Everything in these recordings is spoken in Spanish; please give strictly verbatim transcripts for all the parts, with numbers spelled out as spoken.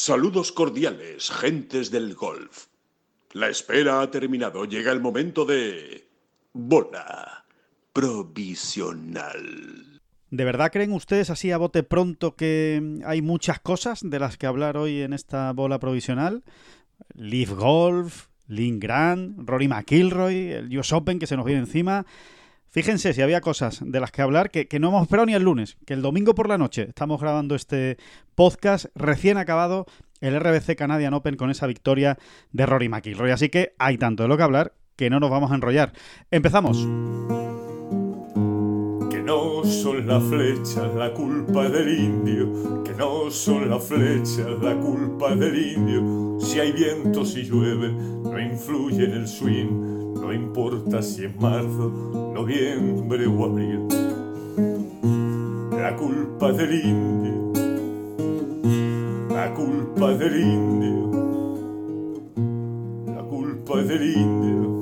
Saludos cordiales, gentes del golf. La espera ha terminado. Llega el momento de... bola provisional. ¿De verdad creen ustedes así a bote pronto que hay muchas cosas de las que hablar hoy en esta bola provisional? Live Golf, Linn Grant, Rory McIlroy, el U S Open que se nos viene encima. Fíjense si había cosas de las que hablar que, que no hemos esperado ni el lunes, que el domingo por la noche estamos grabando este podcast recién acabado el R B C Canadian Open con esa victoria de Rory McIlroy. Así que hay tanto de lo que hablar que no nos vamos a enrollar. ¡Empezamos! Que no son las flechas la culpa del indio, que no son las flechas la culpa del indio. Si hay viento, si llueve, no influye en el swing. No importa si es marzo, noviembre o abril. La culpa del indio, la culpa del indio, la culpa del indio,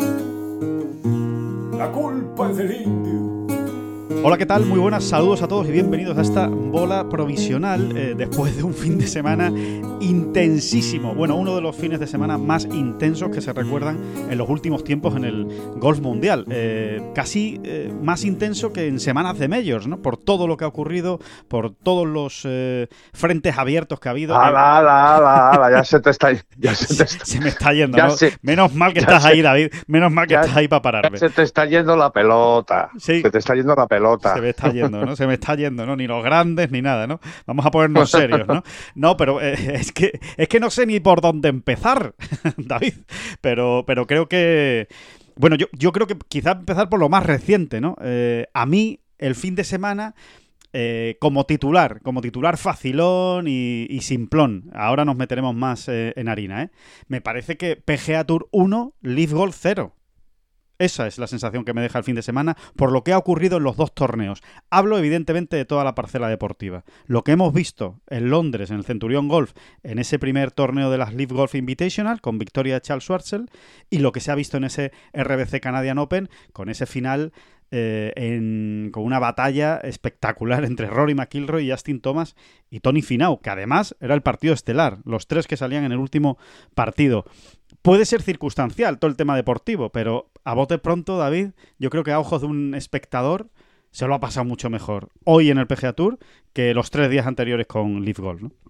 la culpa del indio. Hola, ¿qué tal? Muy buenas, saludos a todos y bienvenidos a esta bola provisional eh, después de un fin de semana intensísimo. Bueno, uno de los fines de semana más intensos que se recuerdan en los últimos tiempos en el golf mundial. Eh, casi eh, más intenso que en semanas de majors, ¿no? Por todo lo que ha ocurrido, por todos los eh, frentes abiertos que ha habido. ¡Hala, hala, hala, hala! Ya se te está... Ya se, te está... se me está yendo, ya ¿no? Se... Menos mal que estás se... ahí, David. Menos mal que ya... estás ahí para pararme. Ya se te está yendo la pelota. Sí. Se te está yendo la pelota. Se me está yendo, ¿no? Se me está yendo, ¿no? Ni los grandes ni nada, ¿no? Vamos a ponernos serios, ¿no? No, pero eh, es que es que no sé ni por dónde empezar, David. Pero, pero creo que... Bueno, yo, yo creo que quizá empezar por lo más reciente, ¿no? Eh, a mí, el fin de semana... Eh, como titular, como titular facilón y, y simplón. Ahora nos meteremos más eh, en harina, ¿eh? Me parece que P G A Tour uno, Live Golf cero. Esa es la sensación que me deja el fin de semana por lo que ha ocurrido en los dos torneos. Hablo evidentemente de toda la parcela deportiva. Lo que hemos visto en Londres, en el Centurion Golf, en ese primer torneo de las Live Golf Invitational, con victoria de Charles Schwartzel, y lo que se ha visto en ese R B C Canadian Open, con ese final eh, en, con una batalla espectacular entre Rory McIlroy, Justin Thomas y Tony Finau, que además era el partido estelar, los tres que salían en el último partido. Puede ser circunstancial todo el tema deportivo, pero a bote pronto, David, yo creo que a ojos de un espectador se lo ha pasado mucho mejor hoy en el P G A Tour que los tres días anteriores con Live Golf, ¿no?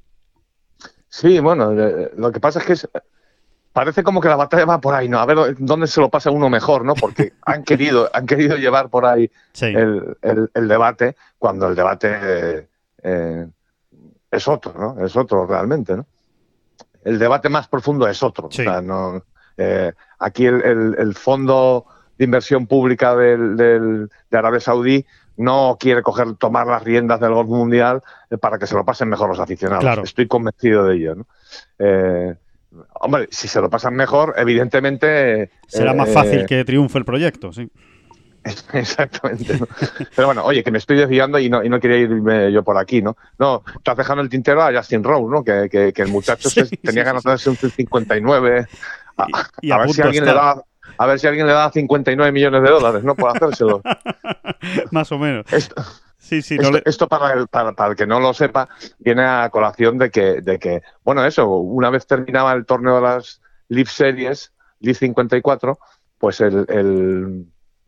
Sí, bueno, lo que pasa es que es, parece como que la batalla va por ahí, ¿no? A ver dónde se lo pasa uno mejor, ¿no? Porque han querido han querido llevar por ahí sí. el, el, el debate, cuando el debate eh, es otro, ¿no? Es otro realmente, ¿no? El debate más profundo es otro. Sí. O sea, no, eh, aquí el, el, el fondo de inversión pública del, del, de Arabia Saudí no quiere coger, tomar las riendas del golf mundial eh, para que se lo pasen mejor los aficionados. Claro. Estoy convencido de ello, ¿no? Eh, hombre, si se lo pasan mejor, evidentemente... Será eh, más fácil eh, que triunfe el proyecto, sí. Exactamente, ¿no? Pero bueno, oye, que me estoy desviando y no, y no quería irme yo por aquí, ¿no? No, estás dejando el tintero a Justin Rose, ¿no? Que, que, que el muchacho sí, se, tenía sí, ganas sí. de hacerse un cincuenta y nueve. A, y, y a, a, ver si alguien le da, a ver si alguien le da cincuenta y nueve millones de dólares, ¿no? Por hacérselo. Más o menos. Esto, sí, sí, esto, no le... esto para, el, para, para el que no lo sepa, viene a colación de que, de que, bueno, eso, una vez terminaba el torneo de las Live Series, Live cincuenta y cuatro, pues el... el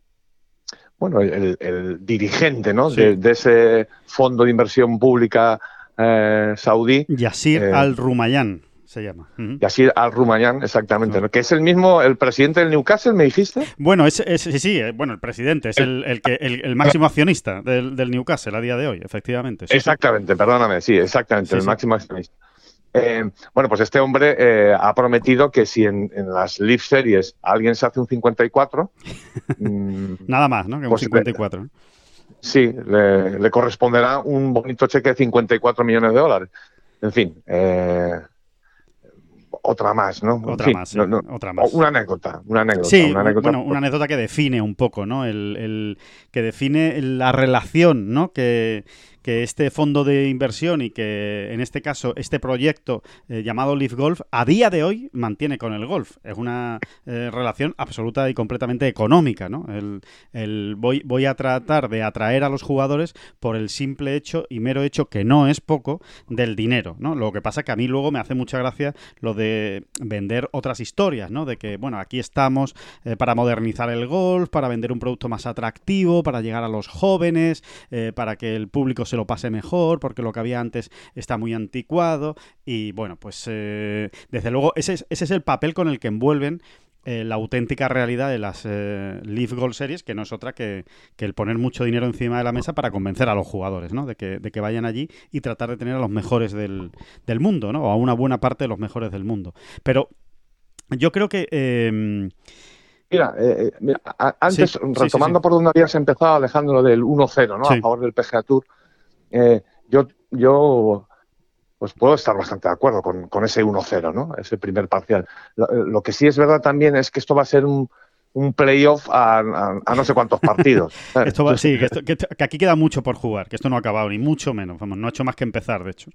bueno, el, el dirigente, ¿no? Sí. de, de ese fondo de inversión pública eh, saudí. Yasir eh, Al-Rumayyan se llama. Uh-huh. Yasir Al-Rumayyan, exactamente. ¿No? Que es el mismo, el presidente del Newcastle, ¿me dijiste? Bueno, es, es, sí, sí, bueno, el presidente, es el, el, que, el, el máximo accionista del, del Newcastle a día de hoy, efectivamente. Sí, exactamente, sí. Perdóname, sí, exactamente, sí, el sí. máximo accionista. Eh, bueno, pues este hombre eh, ha prometido que si en, en las Live Series alguien se hace un cincuenta y cuatro... mmm, nada más, ¿no? Que pues un cincuenta y cuatro. Le, sí, le, le corresponderá un bonito cheque de cincuenta y cuatro millones de dólares. En fin, eh, otra más, ¿no? Otra en fin, más, sí, no, no, otra más. Una anécdota, una anécdota. Sí, una anécdota. Bueno, una anécdota que define un poco, ¿no? El, el que define la relación, ¿no? Que que este fondo de inversión y que en este caso este proyecto eh, llamado Live Golf a día de hoy mantiene con el golf. Es una eh, relación absoluta y completamente económica, ¿no? El, el voy, voy a tratar de atraer a los jugadores por el simple hecho y mero hecho, que no es poco, del dinero, ¿no? Lo que pasa que a mí luego me hace mucha gracia lo de vender otras historias, ¿no? De que, bueno, aquí estamos eh, para modernizar el golf, para vender un producto más atractivo, para llegar a los jóvenes, eh, para que el público se lo pase mejor, porque lo que había antes está muy anticuado. Y bueno, pues eh, desde luego ese es, ese es el papel con el que envuelven eh, la auténtica realidad de las eh, Live Golf Series, que no es otra que, que el poner mucho dinero encima de la mesa para convencer a los jugadores, ¿no? De que, de que vayan allí y tratar de tener a los mejores del, del mundo, ¿no? O a una buena parte de los mejores del mundo. Pero yo creo que... Eh, Mira, eh, mira, a, antes, sí, retomando sí, sí, sí. por donde habías empezado, Alejandro, del uno cero, ¿no? Sí. A favor del P G A Tour, eh, yo, yo pues puedo estar bastante de acuerdo con, con ese uno cero, ¿no? Ese primer parcial. Lo, lo que sí es verdad también es que esto va a ser un, un playoff a, a, a no sé cuántos partidos. esto va, sí, que, esto, que, esto, que aquí queda mucho por jugar, que esto no ha acabado, ni mucho menos. Vamos, no ha hecho más que empezar, de hecho.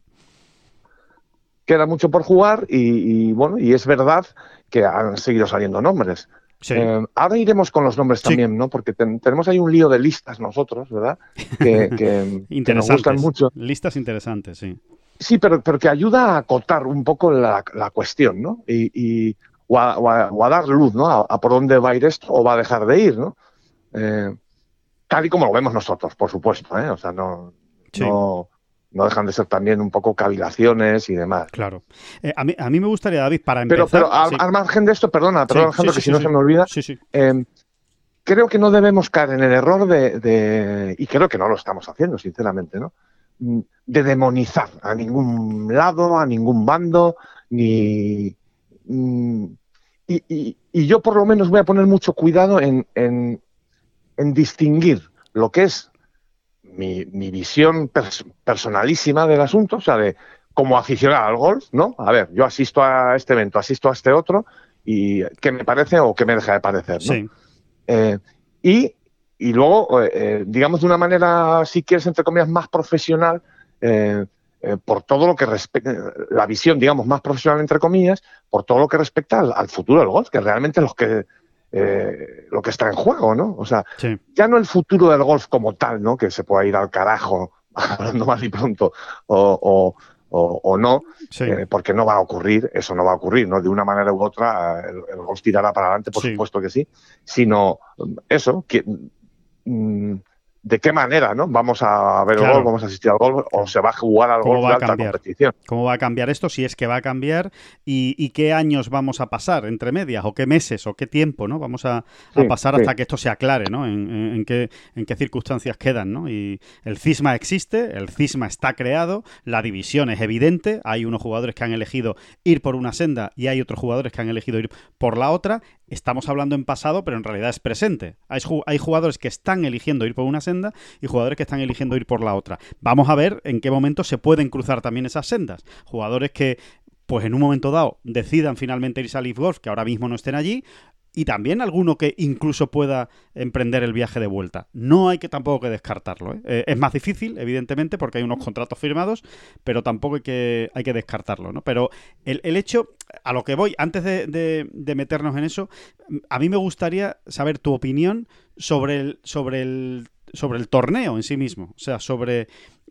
Queda mucho por jugar y, y bueno, y es verdad que han seguido saliendo nombres. Sí. Eh, ahora iremos con los nombres también, sí. ¿no? Porque ten, tenemos ahí un lío de listas nosotros, ¿verdad? Que, que, que nos gustan mucho. Listas interesantes, sí. Sí, pero, pero que ayuda a acotar un poco la, la cuestión, ¿no? Y, y o, a, o, a, o a dar luz, ¿no? A, a por dónde va a ir esto o va a dejar de ir, ¿no? Eh, tal y como lo vemos nosotros, por supuesto, ¿eh? O sea, no... Sí. no no dejan de ser también un poco cavilaciones y demás. Claro. Eh, a, mí, a mí me gustaría, David, para empezar... Pero, pero al, sí. al margen de esto, perdona, perdona sí, Alejandro, sí, que sí, si no sí. se me olvida, sí, sí. Eh, creo que no debemos caer en el error de, de, y creo que no lo estamos haciendo, sinceramente, ¿no? De demonizar a ningún lado, a ningún bando, ni... Y, y, y yo por lo menos voy a poner mucho cuidado en, en, en distinguir lo que es Mi, mi visión pers personalísima del asunto, o sea, de como aficionado al golf, ¿no? A ver, yo asisto a este evento, asisto a este otro, y qué me parece o qué me deja de parecer, ¿no? Sí. Eh, y, y luego, eh, digamos de una manera, si quieres, entre comillas, más profesional, eh, eh, por todo lo que respecta, la visión, digamos, más profesional, entre comillas, por todo lo que respecta al, al futuro del golf, que realmente los que... Eh, lo que está en juego, ¿no? O sea, sí. ya no el futuro del golf como tal, ¿no? Que se pueda ir al carajo, hablando mal y pronto, o, o, o, o no, sí. eh, porque no va a ocurrir, eso no va a ocurrir, ¿no? De una manera u otra, el, el golf tirará para adelante, por sí. supuesto que sí, sino eso, que... Mmm, ¿de qué manera, no? Vamos a ver claro. el golf, vamos a asistir al golf, o se va a jugar al golf de alta competición. ¿Cómo va a cambiar esto? Si es que va a cambiar, y, y qué años vamos a pasar entre medias, o qué meses, o qué tiempo, ¿no? Vamos a, sí, a pasar sí. hasta que esto se aclare, ¿no? En, en, en, qué, en qué circunstancias quedan, ¿no? Y el cisma existe, el cisma está creado, la división es evidente, hay unos jugadores que han elegido ir por una senda y hay otros jugadores que han elegido ir por la otra. Estamos hablando en pasado, pero en realidad es presente. Hay, hay jugadores que están eligiendo ir por una senda y jugadores que están eligiendo ir por la otra. Vamos a ver en qué momento se pueden cruzar también esas sendas. Jugadores que, pues en un momento dado, decidan finalmente irse a Live Golf, que ahora mismo no estén allí, y también alguno que incluso pueda emprender el viaje de vuelta. No hay que tampoco que descartarlo, ¿eh? Eh, es más difícil, evidentemente, porque hay unos contratos firmados, pero tampoco hay que, hay que descartarlo, ¿no? Pero el, el hecho, a lo que voy, antes de, de, de meternos en eso, a mí me gustaría saber tu opinión sobre el, sobre el, sobre el torneo en sí mismo, o sea, sobre...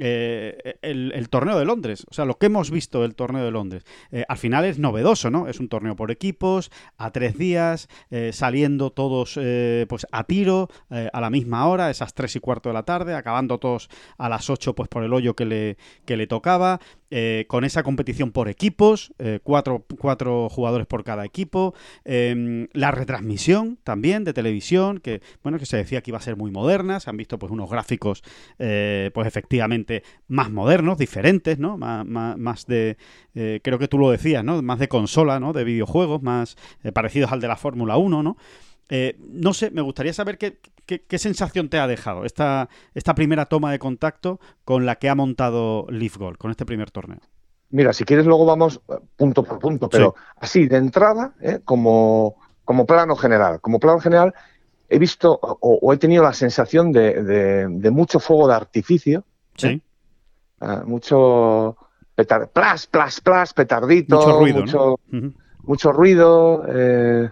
Eh, el, el torneo de Londres, o sea, lo que hemos visto del torneo de Londres, eh, al final es novedoso, ¿no? Es un torneo por equipos, a tres días, eh, saliendo todos eh, pues a tiro, eh, a la misma hora, esas tres y cuarto de la tarde, acabando todos a las ocho pues por el hoyo que le, que le tocaba, eh, con esa competición por equipos, eh, cuatro, cuatro jugadores por cada equipo, eh, la retransmisión también de televisión, que bueno, que se decía que iba a ser muy moderna, se han visto pues unos gráficos eh, pues efectivamente más modernos, diferentes, ¿no? Más, más, más de, eh, creo que tú lo decías, ¿no? Más de consola, ¿no? De videojuegos, más eh, parecidos al de la Fórmula uno, ¿no? Eh, no sé, me gustaría saber qué, qué, qué sensación te ha dejado esta, esta primera toma de contacto con la que ha montado Live Golf, con este primer torneo. Mira, si quieres luego vamos punto por punto, pero sí. Así, de entrada, ¿eh? como, como plano general, como plano general, he visto o, o he tenido la sensación de, de, de mucho fuego de artificio, sí. uh, mucho petar, plas, plas, plas, petardito, mucho ruido, mucho, ¿no? Uh-huh. mucho ruido, eh,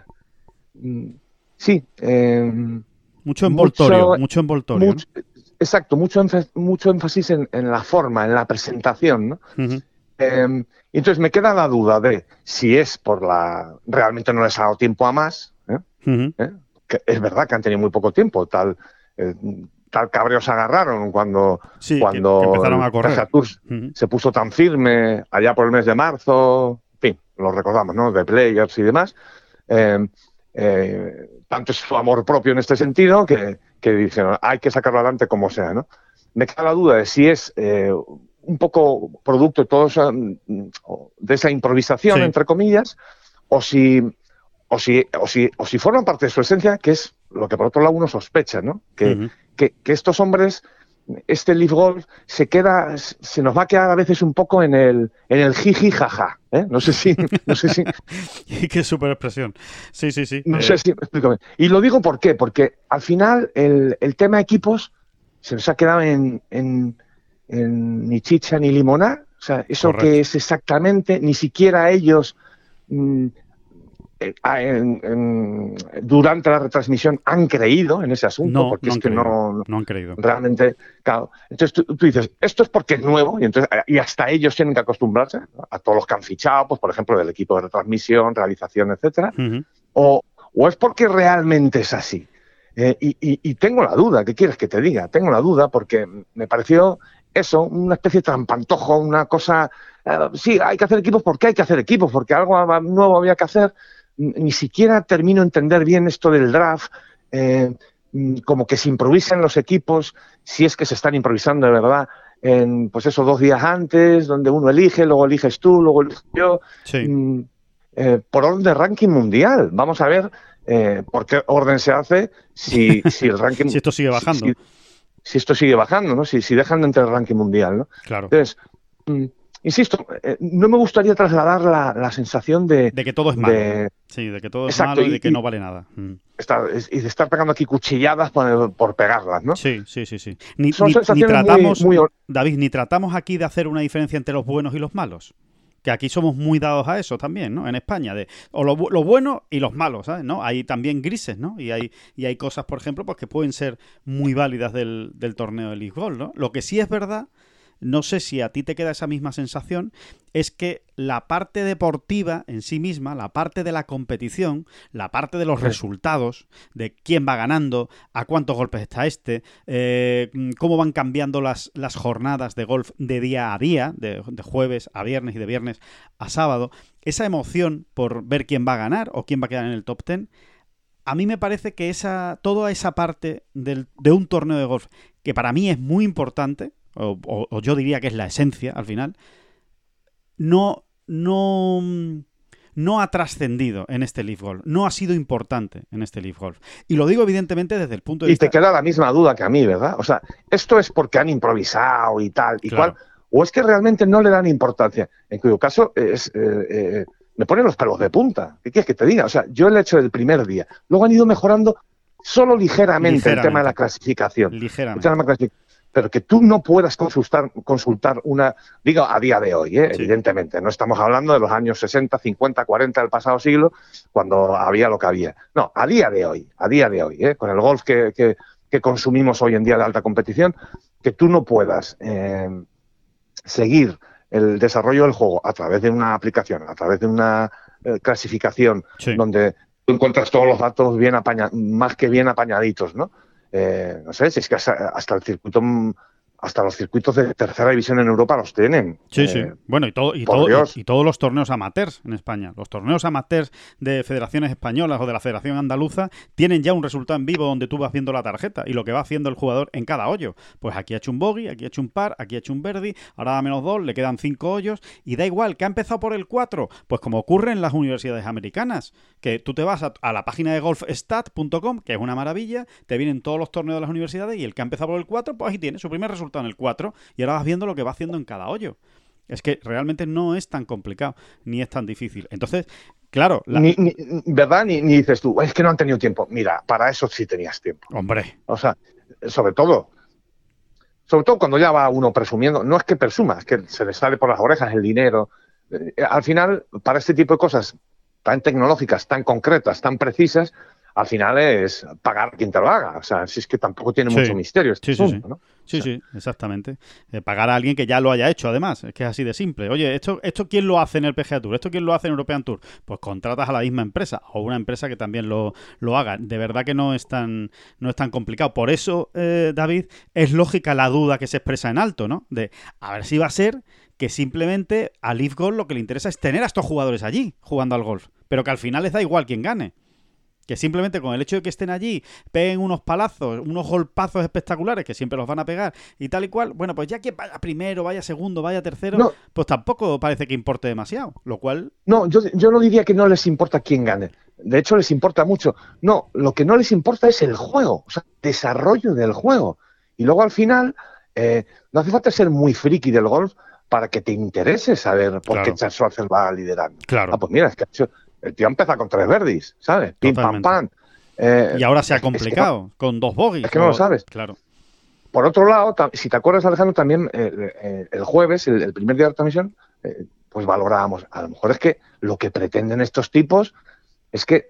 sí, eh, mucho envoltorio, mucho, mucho envoltorio. Mucho, ¿no? Exacto, mucho, mucho énfasis en, en la forma, en la presentación, ¿no? Uh-huh. Eh, entonces me queda la duda de si es por la... Realmente no les ha dado tiempo a más, ¿eh? Uh-huh. ¿Eh? Que es verdad que han tenido muy poco tiempo, tal, eh, tal cabreo se agarraron cuando, sí, cuando que, que empezaron a correr. T G A Tour uh-huh. se puso tan firme allá por el mes de marzo, en fin, lo recordamos, ¿no? De Players y demás. Eh, eh, tanto es su amor propio en este sentido que, que dijeron, hay que sacarlo adelante como sea, ¿no? Me queda la duda de si es eh, un poco producto de, todo esa, de esa improvisación, sí. entre comillas, o si, o, si, o, si, o si forman parte de su esencia, que es lo que por otro lado uno sospecha, ¿no? Que, uh-huh. que, que estos hombres, este Leaf Golf, se queda, se nos va a quedar a veces un poco en el, en el jiji jaja, ¿eh? No sé si... No sé si y qué super expresión. Sí, sí, sí. No eh... sé si... Explícame. Y lo digo por qué, porque al final el, el tema equipos se nos ha quedado en, en, en ni chicha ni limonada. O sea, eso Correcto. Que es exactamente, ni siquiera ellos mmm, en, en, durante la retransmisión han creído en ese asunto, no, porque no es que creído, no, no han creído. Realmente, claro. Entonces tú, tú dices, esto es porque es nuevo y, entonces, y hasta ellos tienen que acostumbrarse, ¿no? A todos los que han fichado, pues por ejemplo, del equipo de retransmisión, realización, etcétera. Uh-huh. O, o es porque realmente es así. Eh, y, y, y tengo la duda, ¿qué quieres que te diga? Tengo la duda porque me pareció eso, una especie de trampantojo, una cosa... Eh, sí, hay que hacer equipos porque hay que hacer equipos, porque algo nuevo había que hacer. Ni siquiera termino de entender bien esto del draft, eh, como que se improvisan los equipos, si es que se están improvisando de verdad, en pues eso, dos días antes, donde uno elige, luego eliges tú, luego elijo yo, sí. mm, eh, por orden de ranking mundial. Vamos a ver eh, por qué orden se hace si, si el ranking... si esto sigue bajando. Si, si, si esto sigue bajando, ¿no? Si, si dejan de entrar el ranking mundial, ¿no? Claro. Entonces, mm, insisto, eh, no me gustaría trasladar la, la sensación de... De que todo es malo. De, sí, de que todo es Exacto, malo y, y de que y, no vale nada. Mm. Estar, y de estar pegando aquí cuchilladas por, por pegarlas, ¿no? Sí, sí, sí. sí. Ni, Son ni, ni tratamos, muy, muy... David, ni tratamos aquí de hacer una diferencia entre los buenos y los malos. Que aquí somos muy dados a eso también, ¿no? En España, de o lo, lo bueno y los malos, ¿sabes? ¿No? Hay también grises, ¿no? Y hay, y hay cosas, por ejemplo, pues que pueden ser muy válidas del, del torneo de Leaf Golf, ¿no? Lo que sí es verdad... No sé si a ti te queda esa misma sensación, es que la parte deportiva en sí misma, la parte de la competición, la parte de los sí. resultados, de quién va ganando, a cuántos golpes está este, eh, cómo van cambiando las, las jornadas de golf de día a día, de, de jueves a viernes y de viernes a sábado, esa emoción por ver quién va a ganar o quién va a quedar en el top ten, a mí me parece que esa toda esa parte del, de un torneo de golf, que para mí es muy importante, O, o, o yo diría que es la esencia al final, no, no, no ha trascendido en este Leaf Golf, no ha sido importante en este Leaf Golf. Y lo digo evidentemente desde el punto de y vista... Y te queda la misma duda que a mí, ¿verdad? O sea, esto es porque han improvisado y tal y claro. cual, o es que realmente no le dan importancia, en cuyo caso es, eh, eh, me ponen los pelos de punta. ¿Qué quieres que te diga? O sea, yo lo he hecho el primer día, luego han ido mejorando solo ligeramente, ligeramente. el tema de la clasificación. Ligeramente. El tema de la clasificación. Pero que tú no puedas consultar, consultar una, digo a día de hoy, ¿eh? Sí. Evidentemente, no estamos hablando de los años sesenta, cincuenta, cuarenta del pasado siglo, cuando había lo que había. No, a día de hoy, a día de hoy, ¿eh? Con el golf que, que, que consumimos hoy en día de alta competición, que tú no puedas eh, seguir el desarrollo del juego a través de una aplicación, a través de una eh, clasificación, sí. donde tú encuentras todos los datos bien apaña, más que bien apañaditos, ¿no? Eh, no sé, si es que hasta, hasta el circuito, hasta los circuitos de tercera división en Europa los tienen. Sí, eh, sí. Bueno, y, todo, y, todo, y, y todos los torneos amateurs en España. Los torneos amateurs de federaciones españolas o de la Federación Andaluza tienen ya un resultado en vivo donde tú vas viendo la tarjeta y lo que va haciendo el jugador en cada hoyo. Pues aquí ha hecho un bogey, aquí ha hecho un par, aquí ha hecho un birdie, ahora da menos dos, le quedan cinco hoyos y da igual, que ha empezado por el cuatro. Pues como ocurre en las universidades americanas, que tú te vas a, a la página de golf stat punto com, que es una maravilla, te vienen todos los torneos de las universidades y el que ha empezado por el cuatro, pues ahí tiene su primer resultado en el cuatro y ahora vas viendo lo que va haciendo en cada hoyo. Es que realmente no es tan complicado ni es tan difícil. Entonces, claro... La... Ni, ni, ¿verdad? Ni, ni dices tú, es que no han tenido tiempo. Mira, para eso sí tenías tiempo. Hombre. O sea, sobre todo, sobre todo cuando ya va uno presumiendo, no es que presuma, es que se le sale por las orejas el dinero. Eh, al final, para este tipo de cosas tan tecnológicas, tan concretas, tan precisas, al final es pagar a quien te lo haga. O sea, si es que tampoco tiene sí. mucho misterio este sí, asunto, sí, sí. ¿no? Sí, o sea, sí, exactamente. Eh, pagar a alguien que ya lo haya hecho, además. Es que es así de simple. Oye, ¿esto, ¿esto quién lo hace en el P G A Tour? ¿Esto quién lo hace en European Tour? Pues contratas a la misma empresa o una empresa que también lo, lo haga. De verdad que no es tan, no es tan complicado. Por eso, eh, David, es lógica la duda que se expresa en alto, ¿no? De a ver si va a ser que simplemente a Leaf Golf lo que le interesa es tener a estos jugadores allí jugando al golf. Pero que al final les da igual quién gane. Que simplemente con el hecho de que estén allí, peguen unos palazos, unos golpazos espectaculares, que siempre los van a pegar, y tal y cual, bueno, pues ya que vaya primero, vaya segundo, vaya tercero, no, pues tampoco parece que importe demasiado, lo cual... No, yo, yo no diría que no les importa quién gane. De hecho, les importa mucho. No, lo que no les importa es el juego, o sea, el desarrollo del juego. Y luego, al final, eh, no hace falta ser muy friki del golf para que te interese saber por claro. qué Charles Schwartzel va liderando. Claro. Ah, pues mira, es que el tío empieza con tres birdies, ¿sabes? Pim, Totalmente. pam, pam. Eh, y ahora se ha complicado, es que no, con dos bogies. Es que no o... lo sabes. Claro. Por otro lado, si te acuerdas, Alejandro, también eh, eh, el jueves, el, el primer día de la transmisión, eh, pues valorábamos. A lo mejor es que lo que pretenden estos tipos es que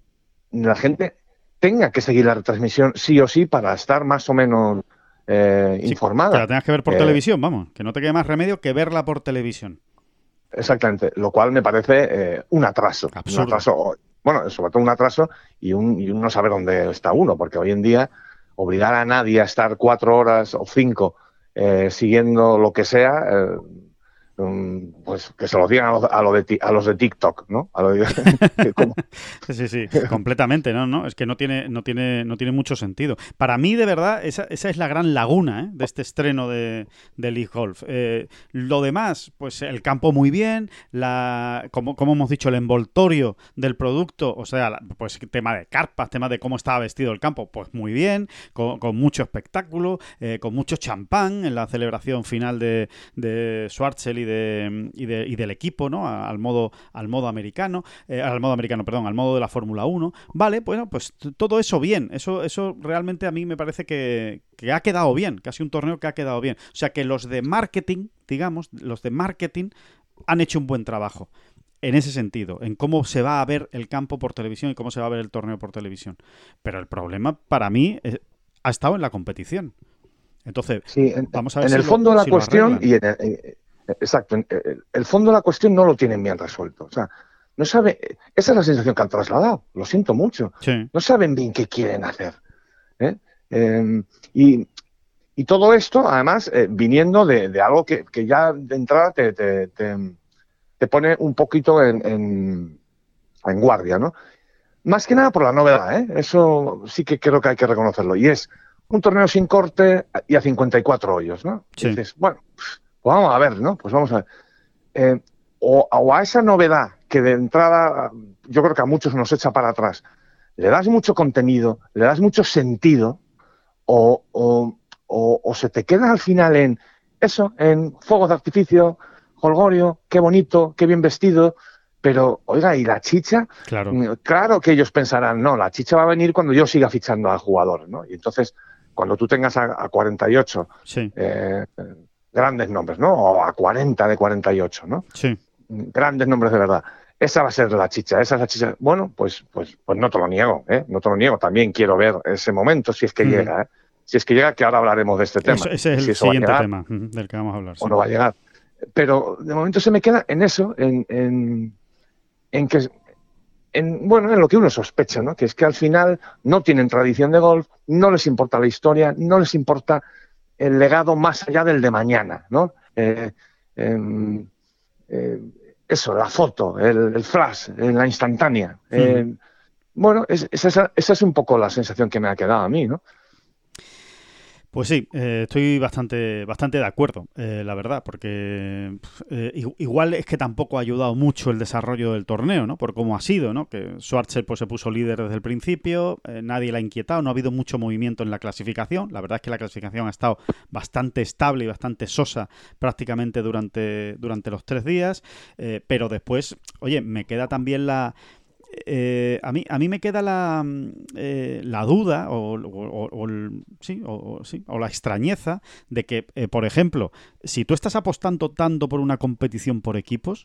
la gente tenga que seguir la retransmisión sí o sí para estar más o menos eh, sí, informada. Que la tengas que ver por eh, televisión, vamos. Que no te quede más remedio que verla por televisión. Exactamente, lo cual me parece eh, un atraso. Absurdo. Un atraso, bueno, sobre todo un atraso y un, y un no saber dónde está uno, porque hoy en día obligar a nadie a estar cuatro horas o cinco eh, siguiendo lo que sea, eh, um, pues que se lo digan a los, a, lo de, a los de TikTok, ¿no? A lo de, ¿cómo? Sí, sí, completamente, ¿no? no Es que no tiene, no tiene, no tiene mucho sentido. Para mí, de verdad, esa, esa es la gran laguna ¿eh? de este estreno de, de Leaf Golf. Eh, lo demás, pues el campo muy bien, la, como, como hemos dicho, el envoltorio del producto, o sea, pues tema de carpas, tema de cómo estaba vestido el campo, pues muy bien, con, con mucho espectáculo, eh, con mucho champán en la celebración final de, de Schwartzel y de, y de y del equipo, ¿no? Al modo, al modo americano, eh, al modo americano, perdón, al modo de la Fórmula uno. Vale, bueno, pues t- todo eso bien. Eso, eso realmente a mí me parece que, que ha quedado bien, casi un torneo que ha quedado bien. O sea que los de marketing, digamos, los de marketing han hecho un buen trabajo. En ese sentido, en cómo se va a ver el campo por televisión y cómo se va a ver el torneo por televisión. Pero el problema para mí es, ha estado en la competición. Entonces, sí, en, vamos a ver en si el fondo lo, de la si cuestión y en el, eh, exacto, el, el fondo de la cuestión no lo tienen bien resuelto. O sea, no sabe, esa es la sensación que han trasladado. Lo siento mucho. Sí. No saben bien qué quieren hacer. ¿eh? Eh, y, y todo esto, además, eh, viniendo de, de algo que, que ya de entrada te, te, te, te pone un poquito en, en, en guardia, ¿no? Más que nada por la novedad, ¿eh? Eso sí que creo que hay que reconocerlo. Y es un torneo sin corte y a cincuenta y cuatro hoyos, ¿no? Sí. Y dices, bueno, pues vamos a ver, ¿no? Pues vamos a ver. Eh, o, o a esa novedad que de entrada yo creo que a muchos nos echa para atrás, le das mucho contenido, le das mucho sentido, o, o, o, o se te queda al final en eso, en fuegos de artificio, jolgorio, qué bonito, qué bien vestido, pero, oiga, ¿y la chicha? Claro. Claro que ellos pensarán, no, la chicha va a venir cuando yo siga fichando al jugador, ¿no? Y entonces, cuando tú tengas a, a cuarenta y ocho sí. eh, grandes nombres, ¿no? O a cuarenta de cuarenta y ocho, ¿no? Sí. Grandes nombres de verdad. Esa va a ser la chicha, esa es la chicha. Bueno, pues, pues, pues no te lo niego, ¿eh? No te lo niego. También quiero ver ese momento, si es que mm. llega, ¿eh? Si es que llega, que ahora hablaremos de este tema. Eso, ese es si el siguiente llegar, tema del que vamos a hablar. O sí. no va a llegar. Pero de momento se me queda en eso, en, en, en que, en, bueno, en lo que uno sospecha, ¿no? Que es que al final no tienen tradición de golf, no les importa la historia, no les importa el legado más allá del de mañana, ¿no? Eh, eh, eh, eso, la foto, el, el flash, la instantánea. Mm. Eh, bueno, es, esa, esa es un poco la sensación que me ha quedado a mí, ¿no? Pues sí, eh, estoy bastante bastante de acuerdo, eh, la verdad, porque eh, igual es que tampoco ha ayudado mucho el desarrollo del torneo, ¿no? Por cómo ha sido, ¿no? Que Schwartzel pues, se puso líder desde el principio, eh, nadie la ha inquietado, no ha habido mucho movimiento en la clasificación. La verdad es que la clasificación ha estado bastante estable y bastante sosa prácticamente durante, durante los tres días, eh, pero después, oye, me queda también la... eh, a, mí, a mí me queda la, eh, la duda o, o, o, el, sí, o, o, sí, o la extrañeza de que, eh, por ejemplo, si tú estás apostando tanto por una competición por equipos,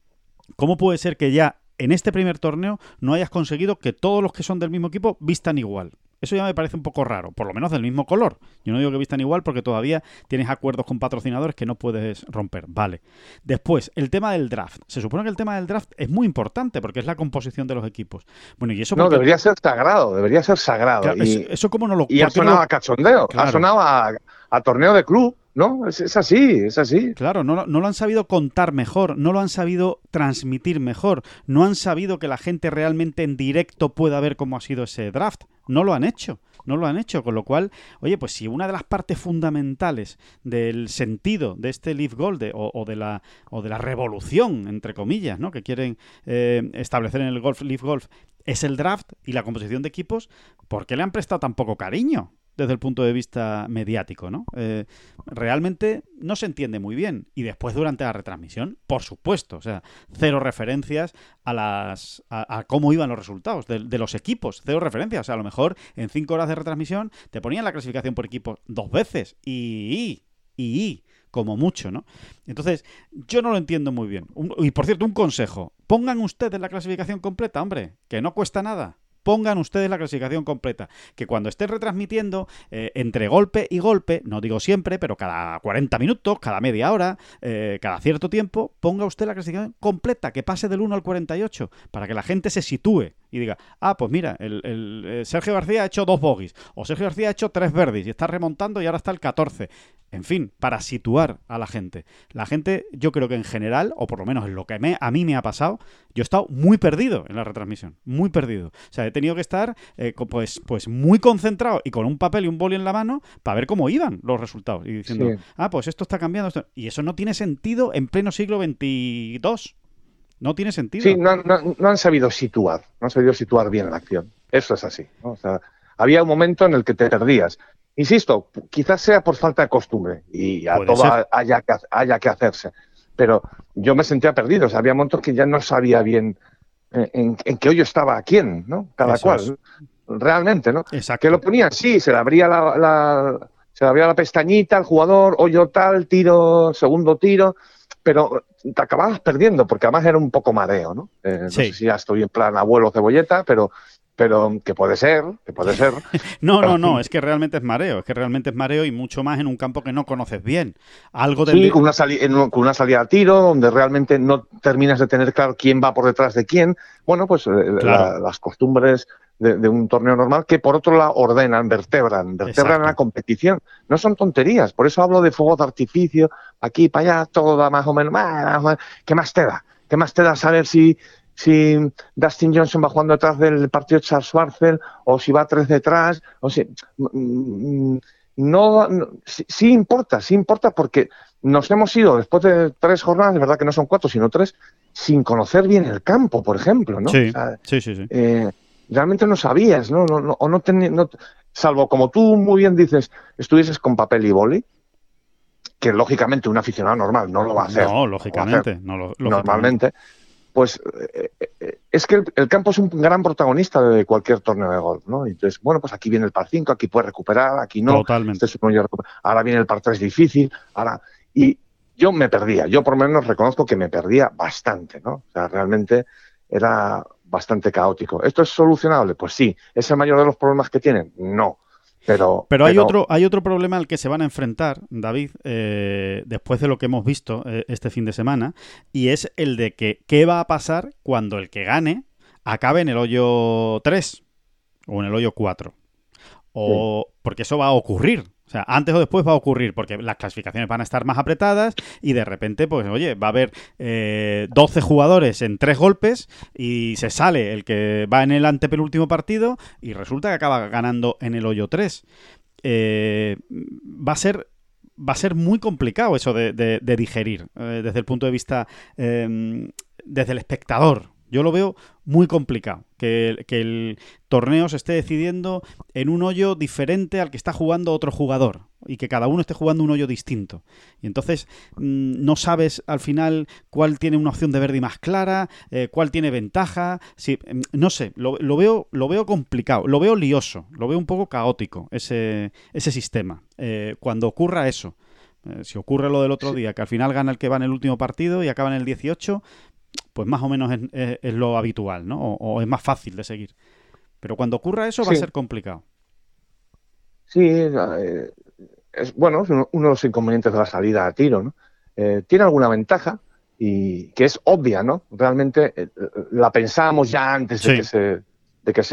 ¿cómo puede ser que ya en este primer torneo no hayas conseguido que todos los que son del mismo equipo vistan igual? Eso ya me parece un poco raro, por lo menos del mismo color. Yo no digo que vistan igual porque todavía tienes acuerdos con patrocinadores que no puedes romper. Vale. Después, el tema del draft. Se supone que el tema del draft es muy importante porque es la composición de los equipos. Bueno, y eso No, porque... debería ser sagrado, debería ser sagrado. Claro, y, eso, eso como no lo... Y ha sonado lo... a cachondeo, claro. ha sonado a, a torneo de club. No, es, es así, es así. Claro, no, no lo han sabido contar mejor, no lo han sabido transmitir mejor, no han sabido que la gente realmente en directo pueda ver cómo ha sido ese draft. No lo han hecho, no lo han hecho. Con lo cual, oye, pues si una de las partes fundamentales del sentido de este Leaf Golf de, o, o, de la, o de la revolución, entre comillas, ¿no?, que quieren eh, establecer en el golf, Leaf Golf, es el draft y la composición de equipos, ¿por qué le han prestado tan poco cariño desde el punto de vista mediático, ¿no? Eh, realmente no se entiende muy bien. Y después, durante la retransmisión, por supuesto, o sea, cero referencias a las a, a cómo iban los resultados de, de los equipos, cero referencias. O sea, a lo mejor en cinco horas de retransmisión te ponían la clasificación por equipos dos veces y, y, y como mucho, ¿no? Entonces, yo no lo entiendo muy bien. Un, y, por cierto, un consejo. Pongan ustedes la clasificación completa, hombre, que no cuesta nada. Pongan ustedes la clasificación completa, que cuando estén retransmitiendo eh, entre golpe y golpe, no digo siempre, pero cada cuarenta minutos, cada media hora, eh, cada cierto tiempo, ponga usted la clasificación completa, que pase del uno al cuarenta y ocho, para que la gente se sitúe y diga, ah, pues mira, el, el, el Sergio García ha hecho dos bogies, o Sergio García ha hecho tres birdies y está remontando y ahora está el catorce. En fin, para situar a la gente. La gente, yo creo que en general, o por lo menos en lo que me, a mí me ha pasado, yo he estado muy perdido en la retransmisión, muy perdido. O sea, he tenido que estar eh, pues, pues muy concentrado y con un papel y un boli en la mano para ver cómo iban los resultados. Y diciendo, sí. ah, pues esto está cambiando. Esto... Y eso no tiene sentido en pleno siglo veintidós. No tiene sentido. Sí, no, no, no han sabido situar, no han sabido situar bien la acción. Eso es así, ¿no? O sea, había un momento en el que te perdías. Insisto, quizás sea por falta de costumbre y a todo haya que, haya que hacerse. Pero yo me sentía perdido. O sea, había momentos que ya no sabía bien en, en qué hoyo estaba quién, ¿no? Cada Eso cual. Es. Realmente, ¿no? Exacto. Que lo ponían, sí, se le abría la, la, se le abría la pestañita al jugador, hoyo tal, tiro, segundo tiro, pero te acababas perdiendo porque además era un poco mareo, ¿no? Eh, sí. No sé si ya estoy en plan abuelo cebolleta, pero... pero que puede ser, que puede ser. no, no, no, es que realmente es mareo, es que realmente es mareo y mucho más en un campo que no conoces bien. Algo de... Sí, con una, sali en un, con una salida al tiro, donde realmente no terminas de tener claro quién va por detrás de quién. Bueno, pues claro. la, las costumbres de, de un torneo normal que por otro lado ordenan, vertebran, vertebran la competición. No son tonterías, por eso hablo de fuegos de artificio, aquí para allá, todo da más o menos, ¿qué más te da? ¿Qué más te da saber si... si Dustin Johnson va jugando detrás del partido de Charles Schwartzel, o si va tres detrás, o si... No, no sí, sí importa, sí importa porque nos hemos ido después de tres jornadas, de verdad que no son cuatro, sino tres, sin conocer bien el campo, por ejemplo, ¿no? Sí, o sea, sí, sí. sí. Eh, realmente no sabías, ¿no? no, no o no tenías... No, salvo, como tú muy bien dices, estuvieses con papel y boli, que lógicamente un aficionado normal no lo va a hacer. No, lógicamente. No, lo, lógicamente. Normalmente. Pues eh, eh, es que el, el campo es un gran protagonista de cualquier torneo de golf, ¿no? Entonces, bueno, pues aquí viene el par cinco, aquí puedes recuperar, aquí no. Totalmente. Este es un ahora viene el par tres difícil, ahora... Y yo me perdía, yo por lo menos reconozco que me perdía bastante, ¿no? O sea, realmente era bastante caótico. ¿Esto es solucionable? Pues sí. ¿Es el mayor de los problemas que tienen? No. Pero, pero hay pero... otro hay otro problema al que se van a enfrentar, David, eh, después de lo que hemos visto eh, este fin de semana, y es el de que qué va a pasar cuando el que gane acabe en el hoyo tres o en el hoyo cuatro. O sí. Porque eso va a ocurrir. O sea, antes o después va a ocurrir, porque las clasificaciones van a estar más apretadas y de repente, pues, oye, va a haber eh, doce jugadores en tres golpes y se sale el que va en el antepenúltimo partido y resulta que acaba ganando en el hoyo tres. Eh, va a ser... Va a ser muy complicado eso de, de, de digerir, eh, desde el punto de vista, eh, desde el espectador. Yo lo veo muy complicado, que, que el torneo se esté decidiendo en un hoyo diferente al que está jugando otro jugador y que cada uno esté jugando un hoyo distinto. Y entonces mmm, no sabes al final cuál tiene una opción de birdie más clara, eh, cuál tiene ventaja. Si, no sé, lo, lo, veo, lo veo complicado, lo veo lioso, lo veo un poco caótico ese, ese sistema. Eh, cuando ocurra eso, eh, si ocurre lo del otro día, que al final gana el que va en el último partido y acaba en el dieciocho, pues más o menos es, es, es lo habitual, ¿no? O, o es más fácil de seguir. Pero cuando ocurra eso sí. va a ser complicado. Sí, eh, es bueno, es uno, uno de los inconvenientes de la salida a tiro, ¿no? Eh, tiene alguna ventaja y que es obvia, ¿no? Realmente eh, la pensábamos ya antes de sí. que se de que se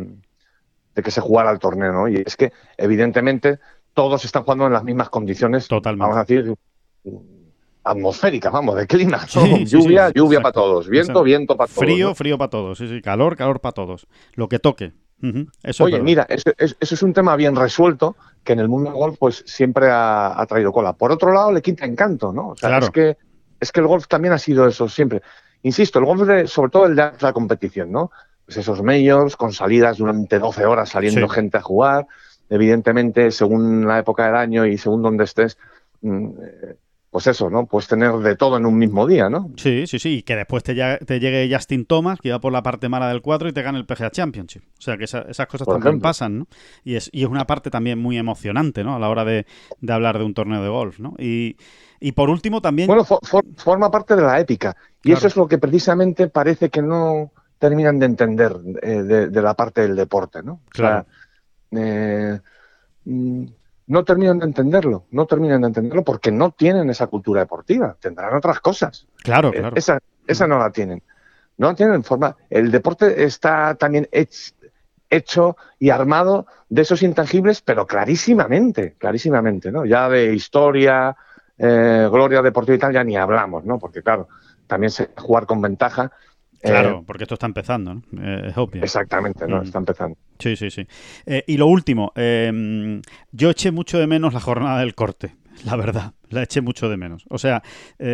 de que se jugara el torneo, ¿no? Y es que evidentemente todos están jugando en las mismas condiciones, totalmente. Vamos a decir, atmosféricas, vamos, de clima, sí, sí, lluvia, sí, sí, lluvia para todos, viento, o sea, viento para todos. Frío, ¿no? frío para todos, sí, sí, calor, calor para todos, lo que toque. Uh-huh. Eso Oye, mira, eso, eso es un tema bien resuelto que en el mundo del golf pues siempre ha, ha traído cola. Por otro lado, le quita encanto, ¿no? O sea, claro. es que es que el golf también ha sido eso siempre. Insisto, el golf, de, sobre todo el de alta competición, ¿no? Pues esos majors con salidas durante doce horas saliendo sí. gente a jugar. Evidentemente, según la época del año y según donde estés, eh, pues eso, ¿no? Puedes tener de todo en un mismo día, ¿no? Sí, sí, sí. Y que después te, ya, te llegue Justin Thomas, que va por la parte mala del cuatro y te gane el P G A Championship. O sea, que esa, esas cosas por también ejemplo. pasan, ¿no? Y es, y es una parte también muy emocionante, ¿no? A la hora de, de hablar de un torneo de golf, ¿no? Y, y por último también... Bueno, for, for, forma parte de la épica. Y claro. eso es lo que precisamente parece que no terminan de entender eh, de, de la parte del deporte, ¿no? O claro. sea, eh, mm, no terminan de entenderlo, no terminan de entenderlo porque no tienen esa cultura deportiva, tendrán otras cosas. Claro, claro. Eh, esa, esa no la tienen. No la tienen en forma. El deporte está también hecho, hecho y armado de esos intangibles, pero clarísimamente, clarísimamente, ¿no? Ya de historia, eh, gloria deportiva y tal, ya ni hablamos, ¿no? Porque claro, también se jugar con ventaja. Claro, eh, porque esto está empezando, ¿no? Eh, es obvio. Exactamente, ¿no? Mm. Está empezando. Sí, sí, sí. Eh, y lo último, eh, yo eché mucho de menos la jornada del corte, la verdad, la eché mucho de menos. O sea,